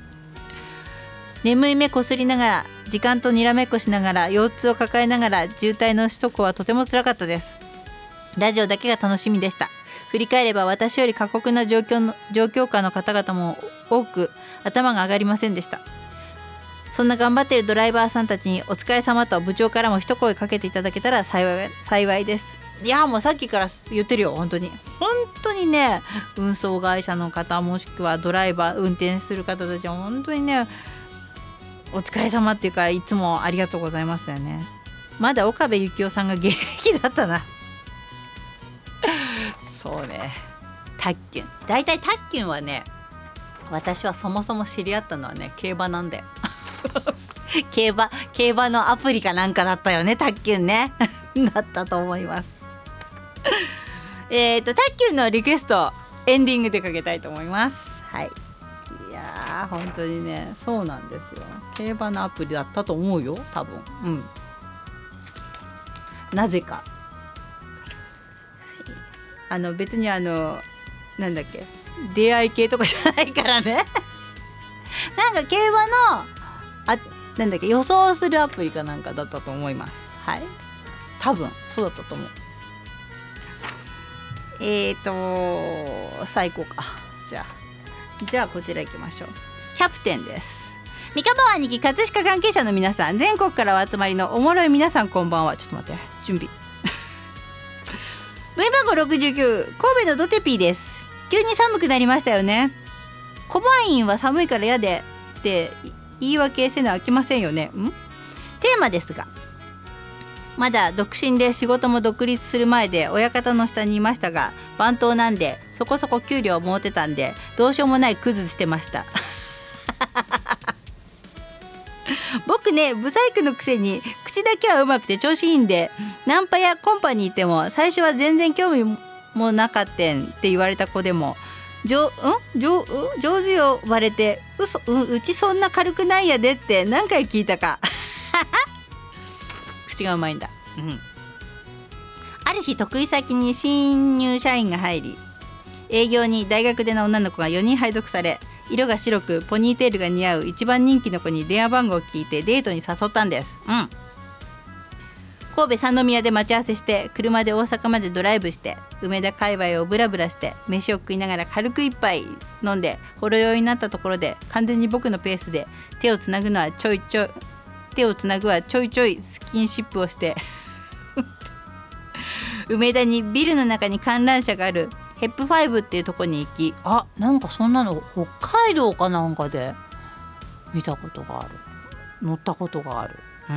眠い目こすりながら、時間とにらめっこしながら、腰痛を抱えながら渋滞の首都高はとても辛かったです。ラジオだけが楽しみでした。振り返れば私より過酷な状況の状況下の方々も多く頭が上がりませんでした。そんな頑張っているドライバーさんたちにお疲れ様と部長からも一声かけていただけたら幸い、幸いです。いやもうさっきから言ってるよ、本当に本当にね、運送会社の方もしくはドライバー運転する方たちは本当にね、お疲れ様っていうか、いつもありがとうございますよね。まだ岡部幸雄さんが現役だったなそうね、タッキュン、だいたいタッキュンはね、私はそもそも知り合ったのはね、競馬なんだよ競馬競馬のアプリかなんかだったよね、タッキュンねだったと思いますえっとタッキュンのリクエストエンディングでかけたいと思います。はい、いやー本当にね、そうなんですよ、競馬のアプリだったと思うよ多分。うん、なぜかあの別にあのなんだっけ、出会い系とかじゃないからねなんか競馬のあなんだっけ、予想するアプリかなんかだったと思います。はい、多分そうだったと思う。えーと最高か。じゃあじゃあこちら行きましょう。キャプテンです。三河湾にき葛飾関係者の皆さん、全国からお集まりのおもろい皆さん、こんばんは。ちょっと待って、準備部員番号ろくじゅうきゅう、神戸のドテピーです。急に寒くなりましたよね。コバインは寒いから嫌でって言い訳せなあきませんよね。んテーマですが、まだ独身で仕事も独立する前で親方の下にいましたが、番頭なんでそこそこ給料もうてたんでどうしようもないクズしてました僕ね、ブサイクのくせに口だけはうまくて調子いいんで、ナンパやコンパに行っても最初は全然興味もなかったんって言われた子でも上, ん 上, 上手よバレて、嘘、う, うちそんな軽くないやでって何回聞いたか口がうまいんだ、うん、ある日得意先に新入社員が入り、営業に大学出の女の子がよにん配属され、色が白くポニーテールが似合う一番人気の子に電話番号を聞いてデートに誘ったんです。うん、神戸三宮で待ち合わせして、車で大阪までドライブして、梅田界隈をブラブラして飯を食いながら軽く一杯飲んでほろ酔いになったところで、完全に僕のペースで手をつなぐのはちょいちょい手をつなぐはちょいちょいスキンシップをして梅田にビルの中に観覧車があるヘップファイブっていうとこに行き、あ、なんかそんなの北海道かなんかで見たことがある、乗ったことがある。うん、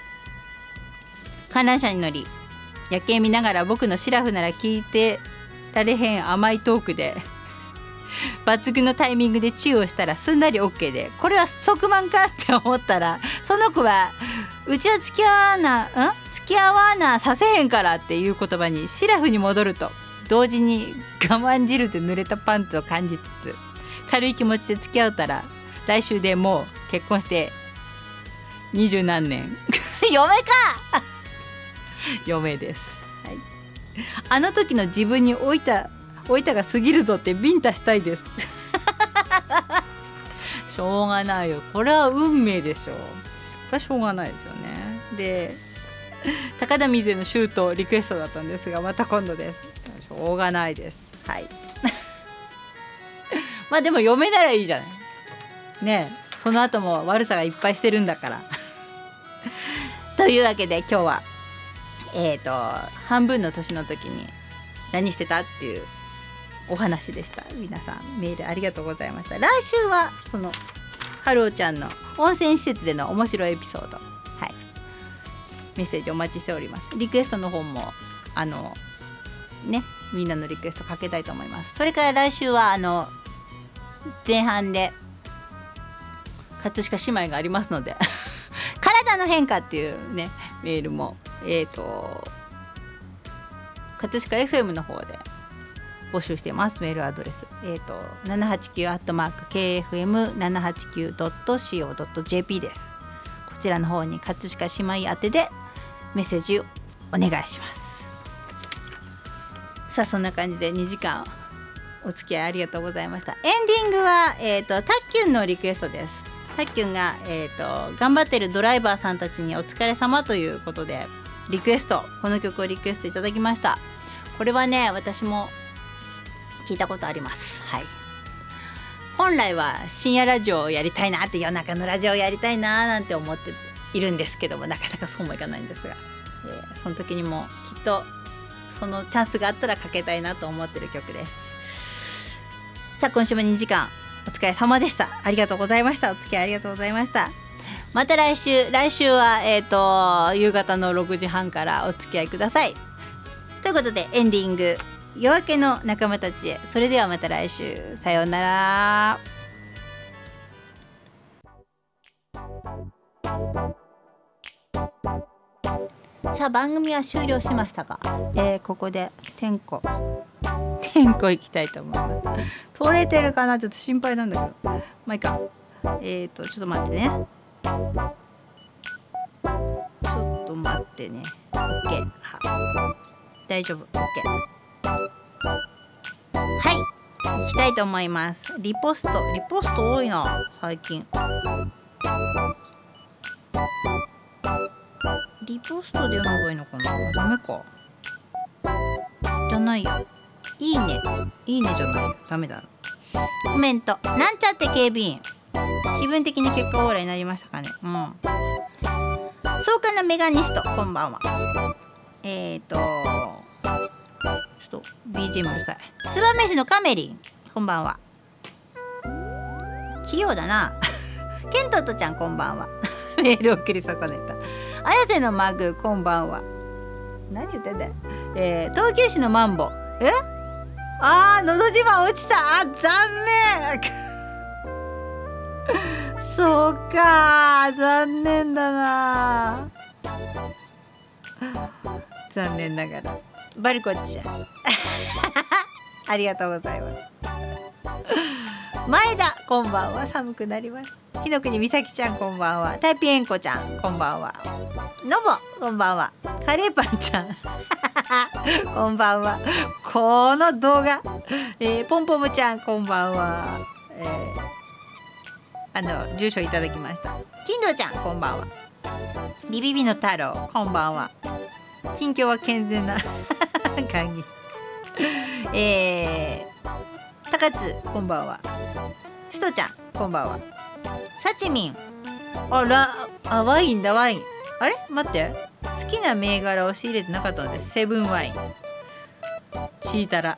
観覧車に乗り、夜景見ながら僕のシラフなら聞いてられへん甘いトークで抜群のタイミングでチューをしたらすんなり OK で、これは即満かって思ったら、その子はうちは付き合わな、ん付き合わなさせへんからっていう言葉にシラフに戻ると、同時に我慢汁で濡れたパンツを感じつつ、軽い気持ちで付き合うたら、来週でもう結婚して二十何年嫁か嫁です、はい、あの時の自分に置いた置いたが過ぎるぞってビンタしたいですしょうがないよ、これは運命でしょう。これはしょうがないですよね。で、高田水江のシュートリクエストだったんですが、また今度です。しょうがないです。はいまあでも嫁ならいいじゃないねえ、その後も悪さがいっぱいしてるんだからというわけで今日はえーと半分の年の時に何してたっていうお話でした。皆さんメールありがとうございました。来週はそのハローちゃんの温泉施設での面白いエピソード、はい、メッセージお待ちしております。リクエストの方もあのね、みんなのリクエストかけたいと思います。それから来週はあの前半で葛飾姉妹がありますので体の変化っていうねメールもえーと葛飾 エフエム の方で募集しています。メールアドレスえーと ななはちきゅう アットマーク ケーエフエムななはちきゅう ドット シーオー ドット ジェーピー です。こちらの方に葛飾姉妹宛てでメッセージをお願いします。さあそんな感じでにじかんお付き合いありがとうございました。エンディングは、えーと、たっきゅんのリクエストです。たっきゅんが、えーと、頑張ってるドライバーさんたちにお疲れ様ということでリクエスト、この曲をリクエストいただきました。これはね私も聞いたことあります。はい、本来は深夜ラジオをやりたいなって、夜中のラジオをやりたいななんて思っているんですけども、なかなかそうもいかないんですが、えー、その時にもきっとそのチャンスがあったらかけたいなと思ってる曲です。さあ今週もにじかんお疲れ様でした。ありがとうございました。お付き合いありがとうございました。また来週来週は、えーと、夕方のろくじはんからお付き合いください。ということでエンディング、夜明けの仲間たちへ。それではまた来週、さようなら。さあ番組は終了しましたが、えー、ここで天候天候行きたいと思います。取れてるかな、ちょっと心配なんだけど、まあいいか。えーとちょっと待ってねちょっと待ってね OK、 あ大丈夫 OK、 はい行きたいと思います。リポストリポスト多いな最近。リポストで読めばいいのかな、ダメかじゃないよ。いいねいいねじゃないよ、ダメだな。コメント、なんちゃって警備員、気分的に結果オーラになりましたかね。うん。爽快なメガニスト、こんばんは。えーとちょっと ビージーエム うるさい。つばめしのカメリン、こんばんは。器用だなケントットちゃんこんばんはメール送り損ねた。綾瀬のマグこんばんは。何言ってんだよ。えー、東急市のマンボ、えあーのど自慢落ちた、あ残念そうか残念だな残念ながらバルコッチゃんありがとうございます前田こんばんは。寒くなります。ひのくにみさきちゃんこんばんは。タイピエンコちゃんこんばんは。のぼこんばんは。カレーパンちゃんこんばんは。この動画、えー、ポンポムちゃんこんばんは。えー、あの住所いただきました。金堂ちゃんこんばんは。ビビビの太郎こんばんは。近況は健全な感じえー、高津こんばんは。しとちゃんこんばんは。さちみん、あらあワインだワイン、あれ待って、好きな銘柄を仕入れてなかったのでセブンワインチータラ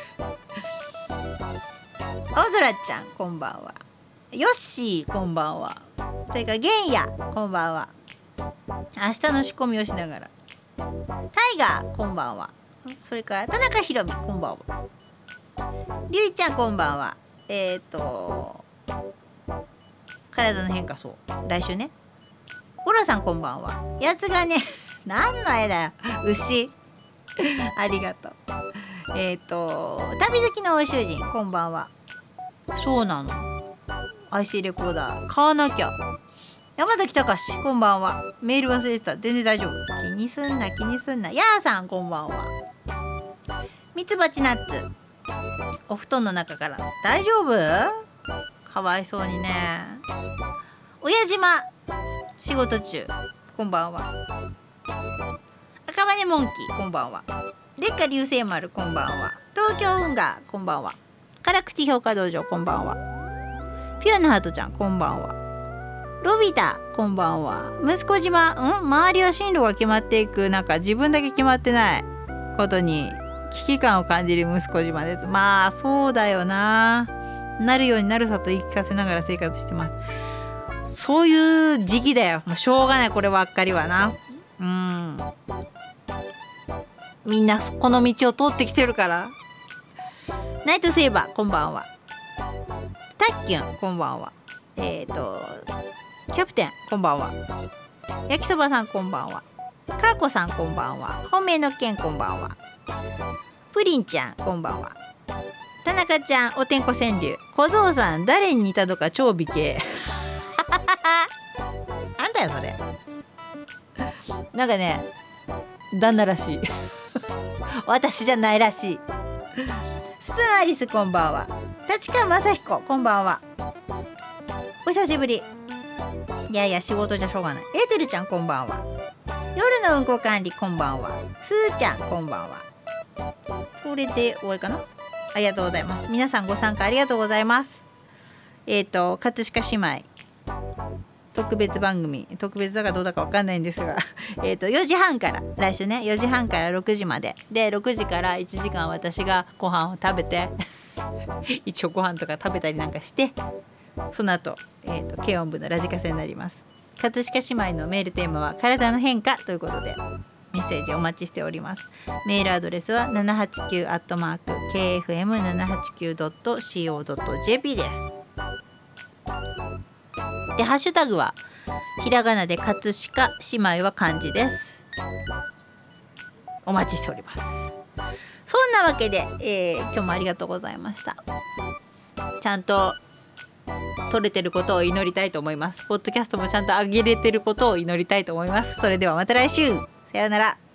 青空ちゃんこんばんは。ヨッシーこんばんは。それからゲンヤこんばんは。明日の仕込みをしながら。タイガーこんばんは。それから田中ひろみこんばんは。 りゅういちゃんこんばんは。えっ、ー、と体の変化、そう来週ね。ゴラさんこんばんは。やつがね何の絵だよ牛ありがとう。えっ、ー、と旅好きの欧州人こんばんは。そうなの、 アイシー レコーダー買わなきゃ。山崎隆こんばんは。メール忘れてた。全然大丈夫、気にすんな気にすんな。やーさんこんばんは。ミツバチナッツお布団の中から大丈夫？かわいそうにね。親島仕事中こんばんは。赤羽モンキーこんばんは。烈火流星丸こんばんは。東京運河こんばんは。辛口評価道場こんばんは。ピュアなハートちゃんこんばんは。ロビタこんばんは。息子島ん周りは進路が決まっていく中、自分だけ決まってないことに危機感を感じる息子島です。まあそうだよな、なるようになるさと言い聞かせながら生活してます。そういう時期だよ、もうしょうがない、こればっかりはな。うん、みんなこの道を通ってきてるから。ナイトセーバーこんばんは。タッキュンこんばんは。えっ、ー、とキャプテンこんばんは。焼きそばさんこんばんは。かーこさんこんばんは。本命のけんこんばんは。プリンちゃんこんばんは。田中ちゃんおてんこ川柳、小僧さん誰に似たとか超美形なんだよそれ。なんかね、旦那らしい私じゃないらしい。スプーンアリスこんばんは。立川雅彦こんばんは。お久しぶり。いやいや仕事じゃしょうがない。エーテルちゃんこんばんは。夜の運行管理こんばんは。スーちゃんこんばんは。これで終わりかな。ありがとうございます。皆さんご参加ありがとうございます。えっ、ー、と葛飾姉妹特別番組、特別だかどうだかわかんないんですがえとよじはんから来週ね、よじはんからろくじまでで、ろくじからいちじかん私がご飯を食べて一応ご飯とか食べたりなんかして、その後、えーと軽音部のラジカセになります。葛飾姉妹のメールテーマは体の変化ということでメッセージお待ちしております。メールアドレスは ななはちきゅう アットマーク ケーエフエムななはちきゅう ドット シーオー ドット ジェーピー です。でハッシュタグはひらがなで葛飾姉妹は漢字です。お待ちしております。そんなわけで、えー、今日もありがとうございました。ちゃんと撮れてることを祈りたいと思います。ポッドキャストもちゃんと上げれてることを祈りたいと思います。それではまた来週、さようなら。